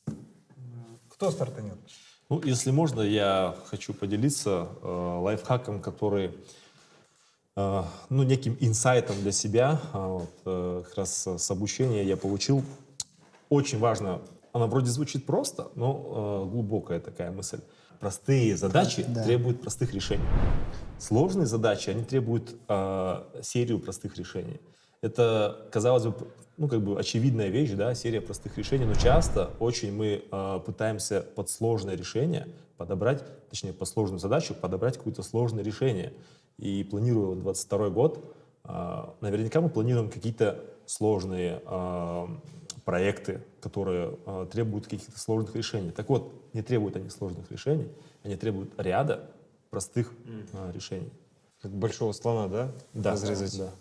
Кто стартанет? Ну, если можно, я хочу поделиться э, лайфхаком, который, э, ну, неким инсайтом для себя. А вот, э, как раз с обучения я получил. Очень важно, она вроде звучит просто, но э, глубокая такая мысль. Простые задачи Да. требуют простых решений. Сложные задачи, они требуют э, серию простых решений. Это, казалось бы, ну, как бы очевидная вещь, да, серия простых решений, но часто очень мы э, пытаемся под сложное решение подобрать, точнее, под сложную задачу подобрать какое-то сложное решение. И планируя двадцать второй год, э, наверняка мы планируем какие-то сложные э, проекты, которые э, требуют каких-то сложных решений. Так вот, не требуют они сложных решений, они требуют ряда простых э, решений. Как большого слона, да? Да, Разрезать. да.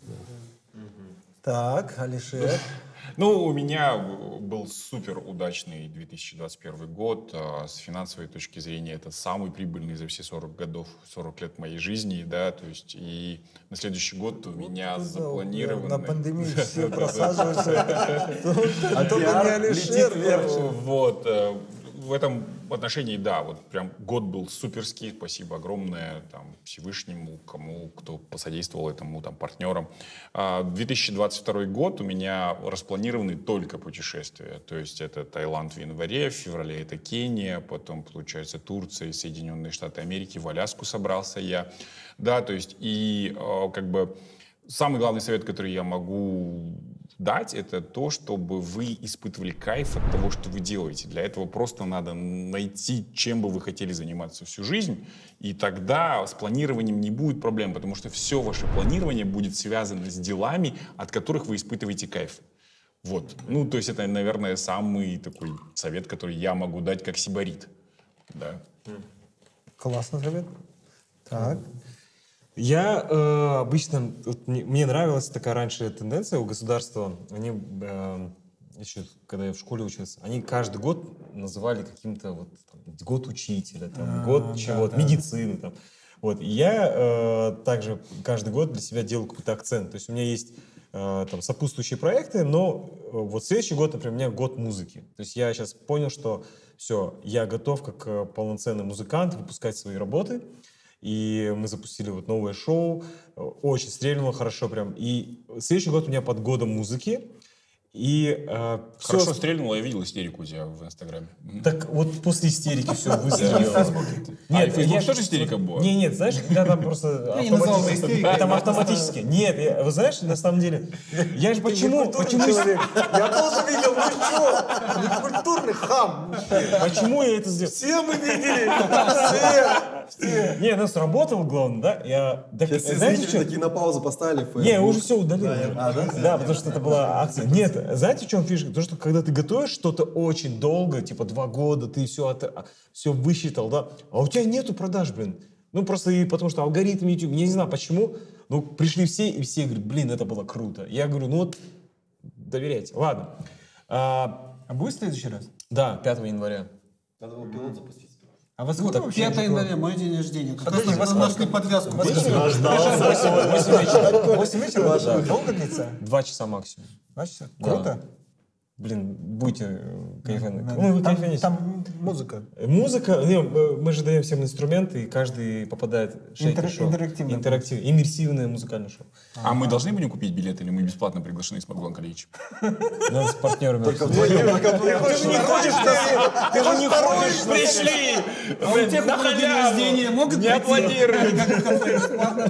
Так, Алишер. Ну, у меня был супер удачный две тысячи двадцать первый год. А, С финансовой точки зрения это самый прибыльный за все сорок годов, сорок лет моей жизни, да, то есть и на следующий год у меня Да, запланированы... На пандемии все просаживаются. Только не Алишер. Вот, э, в этом отношении, да, вот прям год был суперский, спасибо огромное там Всевышнему, кому, кто посодействовал этому, там, партнерам. А две тысячи двадцать второй год у меня распланированы только путешествия, то есть это Таиланд в январе, в феврале это Кения, потом, получается, Турция и Соединенные Штаты Америки, в Аляску собрался я, да, то есть и э, как бы самый главный совет, который я могу дать, это то, чтобы вы испытывали кайф от того, что вы делаете. Для этого просто надо найти, чем бы вы хотели заниматься всю жизнь, и тогда с планированием не будет проблем, потому что все ваше планирование будет связано с делами, от которых вы испытываете кайф. Вот. Ну, то есть это, наверное, самый такой совет, который я могу дать как сибарит. Да. Классный совет. Так. Я э, обычно, вот мне, мне нравилась такая раньше тенденция у государства, они, э, еще когда я в школе учился, они каждый год называли каким-то вот там, год учителя, там, А, год да, чего-то, да. медицины. Там. Вот. И я э, также каждый год для себя делал какой-то акцент. То есть у меня есть э, там, сопутствующие проекты, но э, вот следующий год, например, у меня год музыки. То есть я сейчас понял, что все, я готов как э, полноценный музыкант выпускать свои работы. И мы запустили вот новое шоу, очень стрельнуло хорошо прям. И следующий год у меня под годом музыки. И э, Хорошо всё- стрельнуло, я видел истерику у тебя в Инстаграме. Мгм. Так вот после истерики все выстрелило. А, и в Фейсбуке тоже истерика была? Не, нет, знаешь, я там просто Я не назвал это автоматически. истерикой, Там я автоматически. Нет, я- вы знаешь, на самом деле, я же почему, почему, Я тоже видел, ну что? Некультурный хам. почему я это сделал? Все мы видели. Все. Все. Не, ну сработало, главное, да? Я, так, Сейчас все знаете, зрители что? такие на паузу поставили. в Не, я Facebook. уже все удалил. Да, уже. а, да? Да, потому что это была акция. Нет, знаете, в чем фишка? То, что когда ты готовишь что-то очень долго, типа два года, ты все, от, все высчитал, да, а у тебя нету продаж, блин. Ну, просто и потому что алгоритм YouTube, я не знаю почему, ну, пришли все, и все говорят, блин, это было круто. Я говорю, ну вот, доверяйте. Ладно. А, А будет в следующий раз? Да, пятого января. Надо было пилот запустить. А вас Вот, вообще пятого января, мой день рождения. Как Подожди, раз во нашли сколько? подвязку. восемь вечера. восемь вечера? Долго длится? Два часа максимум. Значит, Да. круто. Блин, будете э, кайфануть. Да. Ну, вы Там, кайфаните. там музыка. Музыка, не, э, мы же даем всем инструменты, и каждый попадает в Интер- шейкер-шоу. интерактивное. Интерактивное, иммерсивное музыкальное шоу. А мы должны будем купить билет или мы бесплатно приглашены с Маглон Калич? Надо с партнерами. Только вдвоем. Ты же не ходишь на Ты же не ходишь Пришли! А у тех, у кого день рождения, могут Не аплодируют!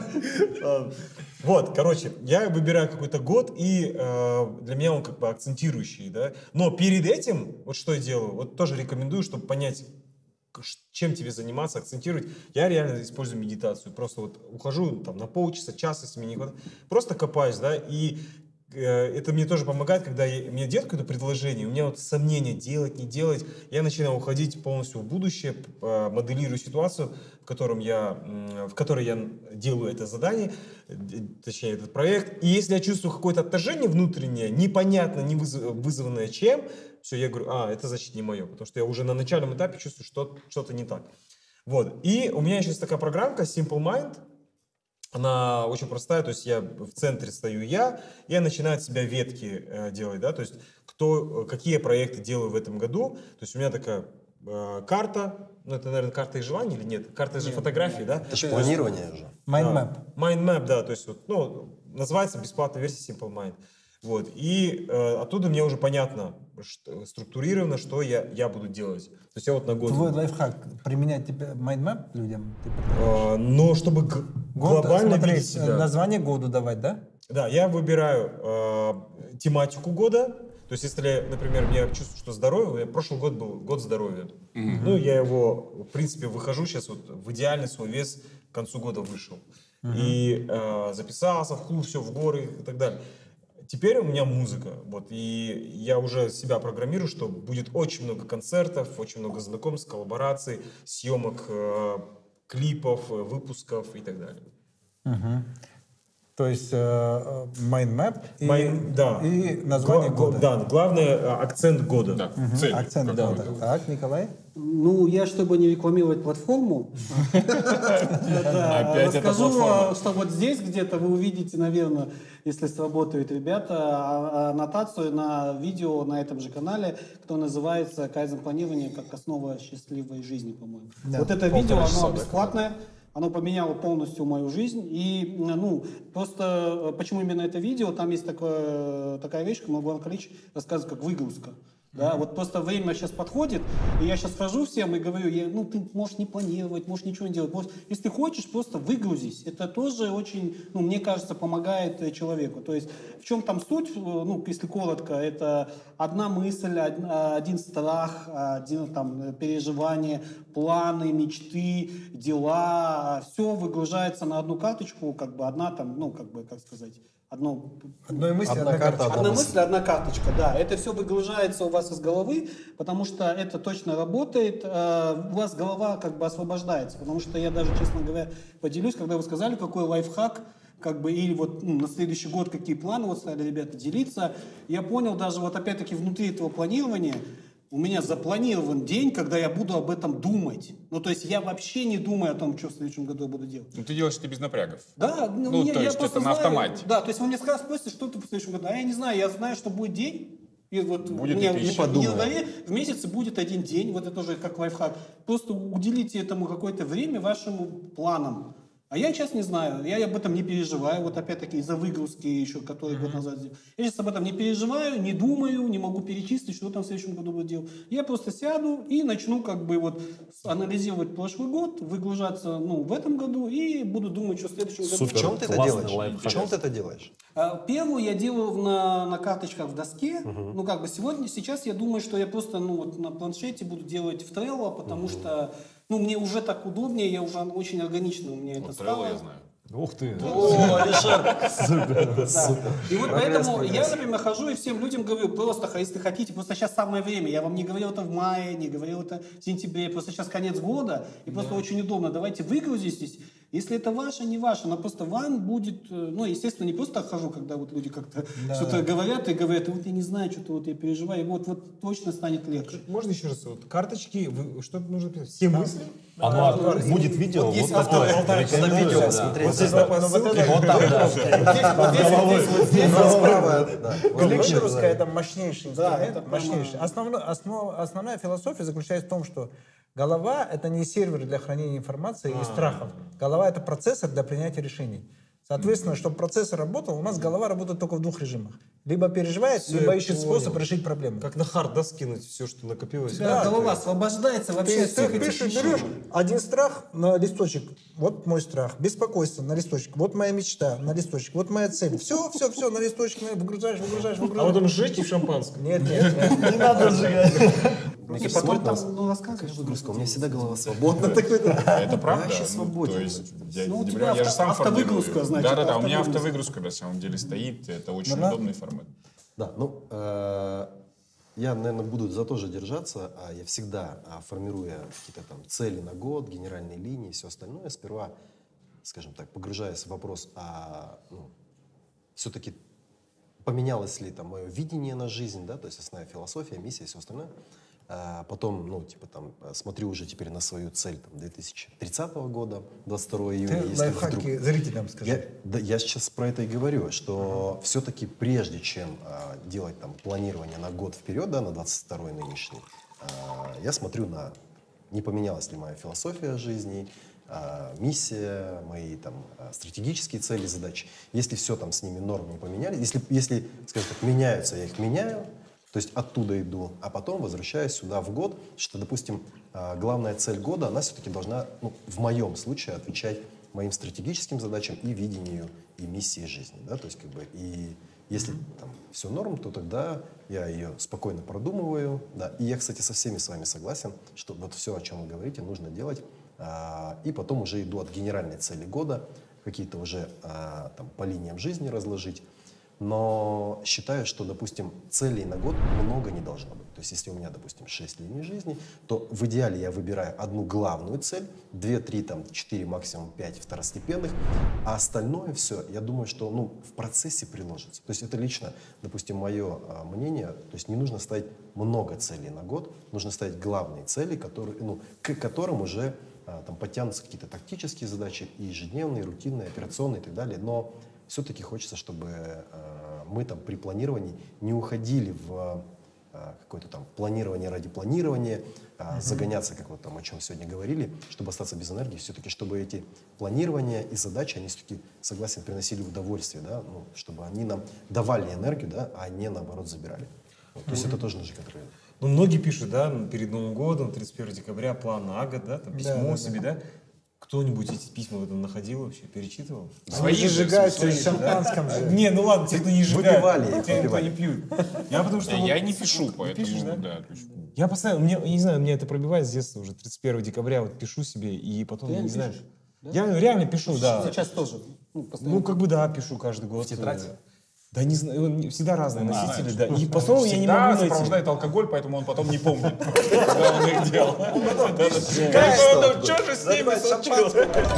Вот, короче, я выбираю какой-то год, и э, для меня он как бы акцентирующий, да. Но перед этим, вот что я делаю, вот тоже рекомендую, чтобы понять, к- ш- чем тебе заниматься, акцентировать. Я реально использую медитацию. Просто вот ухожу там на полчаса, час, если мне не хватает. Просто копаюсь, да, и э, это мне тоже помогает, когда я, мне делают какое-то предложение, у меня вот сомнения, делать, не делать, я начинаю уходить полностью в будущее, п- э, моделирую ситуацию, в котором я, м, в которой я делаю это задание, э, д- точнее этот проект. И если я чувствую какое-то отторжение внутреннее, непонятно, не вызов- вызванное чем, все, я говорю, а, это значит не мое, потому что я уже на начальном этапе чувствую, что что-то не так. Вот. И у меня еще есть такая программка Simple Mind. Она очень простая, то есть я в центре стою я, я начинаю от себя ветки э, делать, да, то есть кто, э, какие проекты делаю в этом году. То есть у меня такая э, карта, ну это, наверное, карта их желаний или нет? Карта же фотографии, да? Это же планирование же. Mind Да. map. Mind map, да, то есть вот, ну, называется бесплатная версия Simple Mind. Вот, и э, оттуда мне уже понятно, что, структурировано, что я, я буду делать. То есть я вот на год... Твой лайфхак применять тебе mind map людям? Ты предлагаешь? Э, но чтобы г- Год, глобально смотри, видеть себя. название году давать, да? Да, я выбираю э, тематику года. То есть, если, например, я чувствую, что здоровье, у меня прошлый год был год здоровья. Mm-hmm. Ну, я его, в принципе, выхожу сейчас вот в идеальный свой вес к концу года вышел. Mm-hmm. И э, записался в клуб, все, в горы и так далее. Теперь у меня музыка, вот, и я уже себя программирую, что будет очень много концертов, очень много знакомств, коллабораций, съемок э, клипов, э, выпусков и так далее. Угу. То есть э, mind map и, Майн- да. и название Гла- года. Да, главное э, акцент года. Да, Мгм. цель. Акцент какой-то. года. Так, Николай? Ну, я, чтобы не рекламировать платформу, да, Опять эта расскажу, платформа. а, что вот здесь где-то вы увидите, наверное, если сработают ребята, а- аннотацию на видео на этом же канале, кто называется «Кайдзен планирование как основа счастливой жизни», по-моему. Да. Вот это видео, Полтора часа, оно да, бесплатное. Оно поменяло полностью мою жизнь. И, ну, просто э, почему именно это видео? Там есть такое, такая вещь, как Маглон Калич рассказывает, как выгрузка. Да, вот просто время сейчас подходит, и я сейчас хожу всем и говорю, я, ну, ты можешь не планировать, можешь ничего не делать. Просто, если ты хочешь, просто выгрузись. Это тоже очень, ну, мне кажется, помогает э, человеку. То есть в чем там суть, э, ну, если коротко, это одна мысль, од- один страх, один там переживание, планы, мечты, дела, все выгружается на одну карточку, как бы одна там, ну, как бы, как сказать, одно... Одной мысли, Одна одна карта, карта. Одна мысль. мысль, одна карточка, да. Это все выгружается у вас из головы, потому что это точно работает. э, У вас голова как бы освобождается, потому что я даже, честно говоря, поделюсь, когда вы сказали, какой лайфхак, как бы, или вот ну, на следующий год какие планы вот стали ребята делиться, я понял даже вот опять-таки внутри этого планирования, у меня запланирован день, когда я буду об этом думать. Ну, то есть я вообще не думаю о том, что в следующем году я буду делать. Ну, ты делаешь это без напрягов. Да, ну, Ну, я, то я есть просто это на знаю, автомате. Да, то есть вы мне сразу спросите, что ты в следующем году. А я не знаю, я знаю, что будет день. И вот Будет у меня и ты в еще. январе в месяце будет один день, вот это тоже как лайфхак. Просто уделите этому какое-то время вашим планам. А я сейчас не знаю, я об этом не переживаю, вот опять-таки из-за выгрузки еще, который mm-hmm. год назад сделал. Я сейчас об этом не переживаю, не думаю, не могу перечислить, что там в следующем году буду делать. Я просто сяду и начну как бы вот анализировать прошлый год, выгружаться ну, в этом году и буду думать, что в следующем году. В чем ты это классный делаешь? лайфхак. В чем ты это делаешь? А, Первую я делаю на, на карточках в доске. Uh-huh. Ну, как бы сегодня, сейчас я думаю, что я просто ну, вот на планшете буду делать в Trello, потому uh-huh. что ну, мне уже так удобнее, я уже очень органично у меня Вот это стало. Trello я знаю. Ух ты. О, Алишер! Да. И вот Прогресс, поэтому прогресс. я, например, хожу и всем людям говорю, просто, если хотите, просто сейчас самое время. Я вам не говорил это в мае, не говорил это в сентябре, просто сейчас конец года, и просто очень удобно. Давайте выгрузитесь. Если это ваше, не ваше, но просто вам будет, э, ну, естественно, не просто хожу, когда вот люди как-то Да. что-то говорят и говорят, вот я не знаю, что-то вот я переживаю, и вот, вот точно станет легче. Можно еще раз? Вот карточки, вы, что нужно писать? Все мысли? Оно будет видео вот такое. Рекомендую, видео да. посмотреть. Вот здесь на посылке. Вот там, да. Справа, да. Выгрузка — это мощнейший Да, инструмент. это прямо- мощнейший. Основно- основ- основная философия заключается в том, что голова — это не сервер для хранения информации и страхов. Голова — это процессор для принятия решений. Соответственно, чтобы процессор работал, у нас голова работает только в двух режимах. Либо переживает, Всё, либо я ищет понял. способ решить проблему. Как на хард, да, скинуть все, что накопилось? Да, голова освобождается вообще Ты, от всех ты этих пишешь, вещей. берешь один страх на листочек, вот мой страх, беспокойство на листочек, вот моя мечта на листочек, вот моя цель. Все, все, все на листочек выгружаешь, выгружаешь, А выгружаешь. потом сжечь и в шампанском. Нет, нет, нет. Не надо сжигать. И потом там, ну, рассказываешь. Выгрузка, у меня всегда голова свободна. Это правда? вообще Ну, свободен. То есть, я, Ну, у например, тебя я же авто- сам автовыгрузка, формирую. значит, Да-да-да, у меня автовыгрузка. автовыгрузка на самом деле стоит. Это очень Да-да. удобный формат. Да, ну, э, я, наверное, буду за то же держаться. А я всегда, а, формируя какие-то там цели на год, генеральные линии и все остальное, сперва, скажем так, погружаясь в вопрос, а ну, все-таки поменялось ли там мое видение на жизнь, да, то есть основная философия, миссия и все остальное. А потом, ну, типа там, смотрю уже теперь на свою цель там, две тысячи тридцатого года, двадцать второго июня. Ты если лайфхаки вдруг- зрителям скажи. я, да, я сейчас про это и говорю, что все-таки прежде чем а, делать там планирование на год вперед, да, на двадцать второй нынешний, а, я смотрю на, не поменялась ли моя философия жизни, а, миссия, мои там а, стратегические цели, задачи. Если все там с ними норм не поменялись, если, если, скажем так, меняются, я их меняю, то есть оттуда иду, а потом возвращаюсь сюда в год, что, допустим, а, главная цель года, она все-таки должна, ну, в моем случае, отвечать моим стратегическим задачам и видению, и миссии жизни, да, то есть как бы, и если там все норм, то тогда я ее спокойно продумываю, да, и я, кстати, со всеми с вами согласен, что вот все, о чем вы говорите, нужно делать, а, и потом уже иду от генеральной цели года, какие-то уже а, там по линиям жизни разложить. Но считаю, что, допустим, целей на год много не должно быть. То есть, если у меня, допустим, шесть линий жизни, то в идеале я выбираю одну главную цель, две, три, там, четыре, максимум пять второстепенных, а остальное все, я думаю, что, ну, в процессе приложится. То есть, это лично, допустим, мое а, мнение. То есть, не нужно ставить много целей на год, нужно ставить главные цели, которые, ну, к которым уже а, там подтянутся какие-то тактические задачи, и ежедневные, рутинные, операционные и так далее. Но все-таки хочется, чтобы э, мы там при планировании не уходили в э, какое-то там планирование ради планирования, э, uh-huh. загоняться, как вот там о чем сегодня говорили, чтобы остаться без энергии, все-таки, чтобы эти планирования и задачи, они все-таки, согласен, приносили удовольствие, да, ну, чтобы они нам давали энергию, да, а не наоборот забирали. Вот, то есть это тоже нужно контролировать. Ну, многие пишут, да, перед Новым годом, тридцать первого декабря, план на год, да, там письмо Да, да, себе, да. Кто-нибудь эти письма в этом находил вообще, перечитывал? Свои Они же, же сжигаются свои в же. шампанском же. Не, ну ладно, те, кто не сжигают. Выпивали их, те, кто выпивали. не пьют. Я потому что... Да, вот- я не пишу, Ты поэтому, пишешь, да? да, то есть, Я постоянно, мне, я не знаю, меня это пробивает с детства уже, тридцать первого декабря вот пишу себе, и потом, я не знаю. пишешь? Я реально пишу, да. Сейчас тоже. Ну, постоянно. Ну, как бы, да, пишу каждый год. В тетради? Да, не знаю, он всегда разные носители, знаешь. да. И потом я не всегда могу найти. сопровождает алкоголь, поэтому он потом не помнит, когда он их делал. Что же с ними случилось?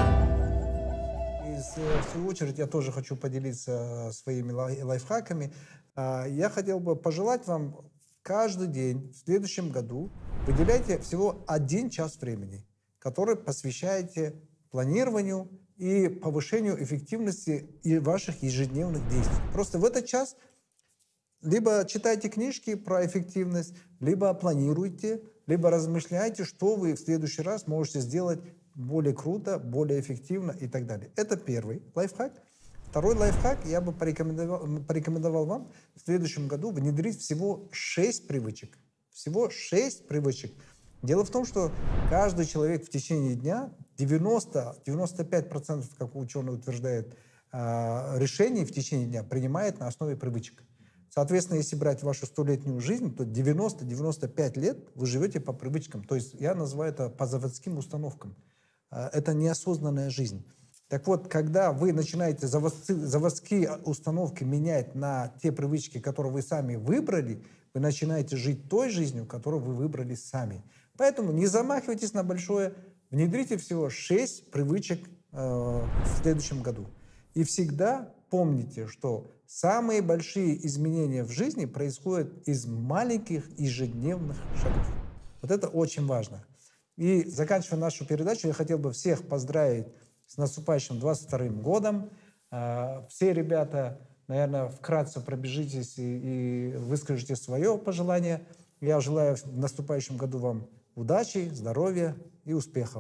И с- в свою очередь я тоже хочу поделиться своими лай- лайфхаками. А, Я хотел бы пожелать вам каждый день в следующем году выделяйте всего один час времени, который посвящаете планированию и повышению эффективности и ваших ежедневных действий. Просто в этот час либо читайте книжки про эффективность, либо планируйте, либо размышляйте, что вы в следующий раз можете сделать более круто, более эффективно и так далее. Это первый лайфхак. Второй лайфхак я бы порекомендовал, порекомендовал вам в следующем году внедрить всего шесть привычек. Всего шесть привычек. Дело в том, что каждый человек в течение дня девяносто - девяносто пять процентов, как ученые утверждают, а, решений в течение дня принимает на основе привычек. Соответственно, если брать вашу столетнюю жизнь, то девяносто - девяносто пять лет вы живете по привычкам. То есть я называю это по заводским установкам. А, Это неосознанная жизнь. Так вот, когда вы начинаете заводцы- заводские установки менять на те привычки, которые вы сами выбрали, вы начинаете жить той жизнью, которую вы выбрали сами. Поэтому не замахивайтесь на большое, внедрите всего шесть привычек э, в следующем году. И всегда помните, что самые большие изменения в жизни происходят из маленьких ежедневных шагов. Вот это очень важно. И заканчивая нашу передачу, я хотел бы всех поздравить с наступающим двадцать вторым годом. Все ребята, наверное, вкратце пробежитесь и, и выскажите свое пожелание. Я желаю в наступающем году вам удачи, здоровья и успехов.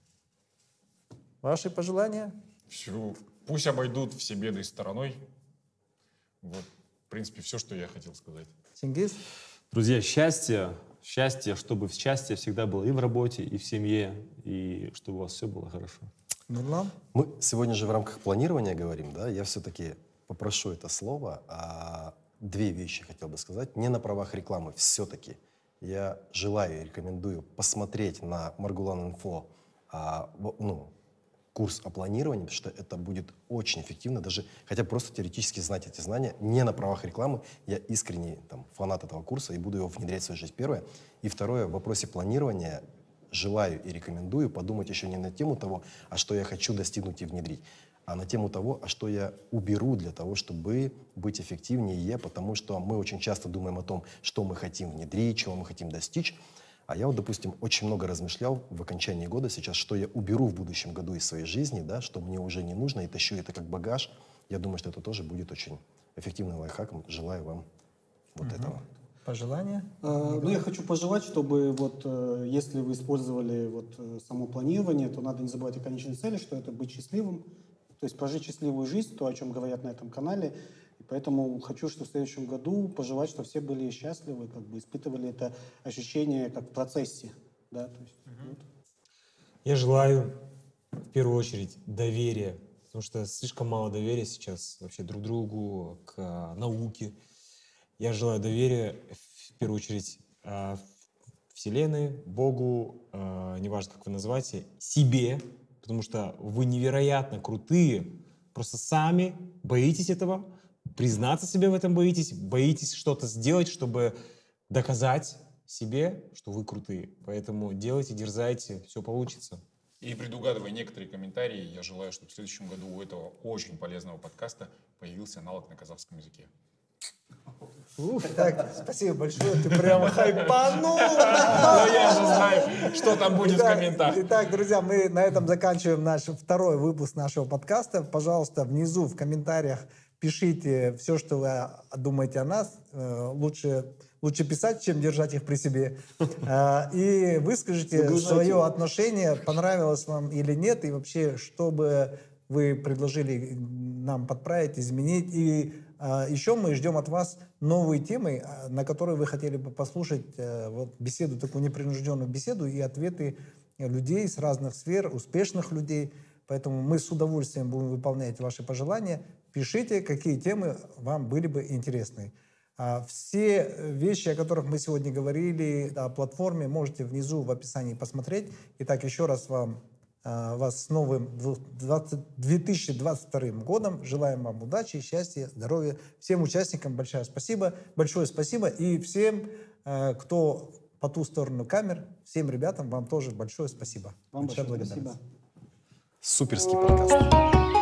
Ваши пожелания? Все. Пусть обойдут все беды стороной. Вот, в принципе, все, что я хотел сказать. Чингис? Друзья, счастье, счастье, чтобы счастье всегда было и в работе, и в семье, и чтобы у вас все было хорошо. Нурлан? Мы сегодня же в рамках планирования говорим, да, я все-таки попрошу это слово, а две вещи хотел бы сказать. Не на правах рекламы, все-таки я желаю и рекомендую посмотреть на Маргулан Инфо, а, ну, курс о планировании, потому что это будет очень эффективно, даже хотя бы просто теоретически знать эти знания, не на правах рекламы. Я искренний там, фанат этого курса и буду его внедрять в свою жизнь. Первое. И второе, в вопросе планирования желаю и рекомендую подумать еще не на тему того, а что я хочу достигнуть и внедрить, а на тему того, а что я уберу для того, чтобы быть эффективнее, потому что мы очень часто думаем о том, что мы хотим внедрить, чего мы хотим достичь. А я вот, допустим, очень много размышлял в окончании года сейчас, что я уберу в будущем году из своей жизни, да, что мне уже не нужно, и тащу это как багаж. Я думаю, что это тоже будет очень эффективным лайфхаком. Желаю вам вот угу. этого. Пожелания? А, ну, я хочу пожелать, чтобы вот, э, если вы использовали вот, э, само планирование, то надо не забывать о конечной цели, что это быть счастливым, то есть прожить счастливую жизнь, то, о чем говорят на этом канале. И поэтому хочу, что в следующем году пожелать, что все были счастливы, как бы испытывали это ощущение как в процессе. Да, то есть, угу. вот. Я желаю в первую очередь доверия, потому что слишком мало доверия сейчас вообще друг другу, к а, науке. Я желаю доверия в первую очередь а, Вселенной, Богу, а, неважно, как вы называете, себе, потому что вы невероятно крутые, просто сами боитесь этого, признаться себе в этом боитесь, боитесь что-то сделать, чтобы доказать себе, что вы крутые. Поэтому делайте, дерзайте, все получится. И предугадывая некоторые комментарии, я желаю, чтобы в следующем году у этого очень полезного подкаста появился аналог на казахском языке. Ух, так, спасибо большое, ты прямо хайпанул. Но я же знаю, что там будет в комментариях. Итак, друзья, мы на этом заканчиваем наш второй выпуск нашего подкаста. Пожалуйста, внизу в комментариях пишите все, что вы думаете о нас. Лучше, лучше писать, чем держать их при себе. И выскажите свое отношение, понравилось вам или нет, и вообще, что бы вы предложили нам подправить, изменить. И еще мы ждем от вас новые темы, на которые вы хотели бы послушать вот, беседу, такую непринужденную беседу и ответы людей с разных сфер, успешных людей. Поэтому мы с удовольствием будем выполнять ваши пожелания. Пишите, какие темы вам были бы интересны. Все вещи, о которых мы сегодня говорили, о платформе, можете внизу в описании посмотреть. Итак, еще раз вам, вас с новым две тысячи двадцать вторым годом. Желаем вам удачи, счастья, здоровья. Всем участникам большое спасибо. Большое спасибо. И всем, кто по ту сторону камер, всем ребятам вам тоже большое спасибо. Вам большое спасибо. Суперский подкаст.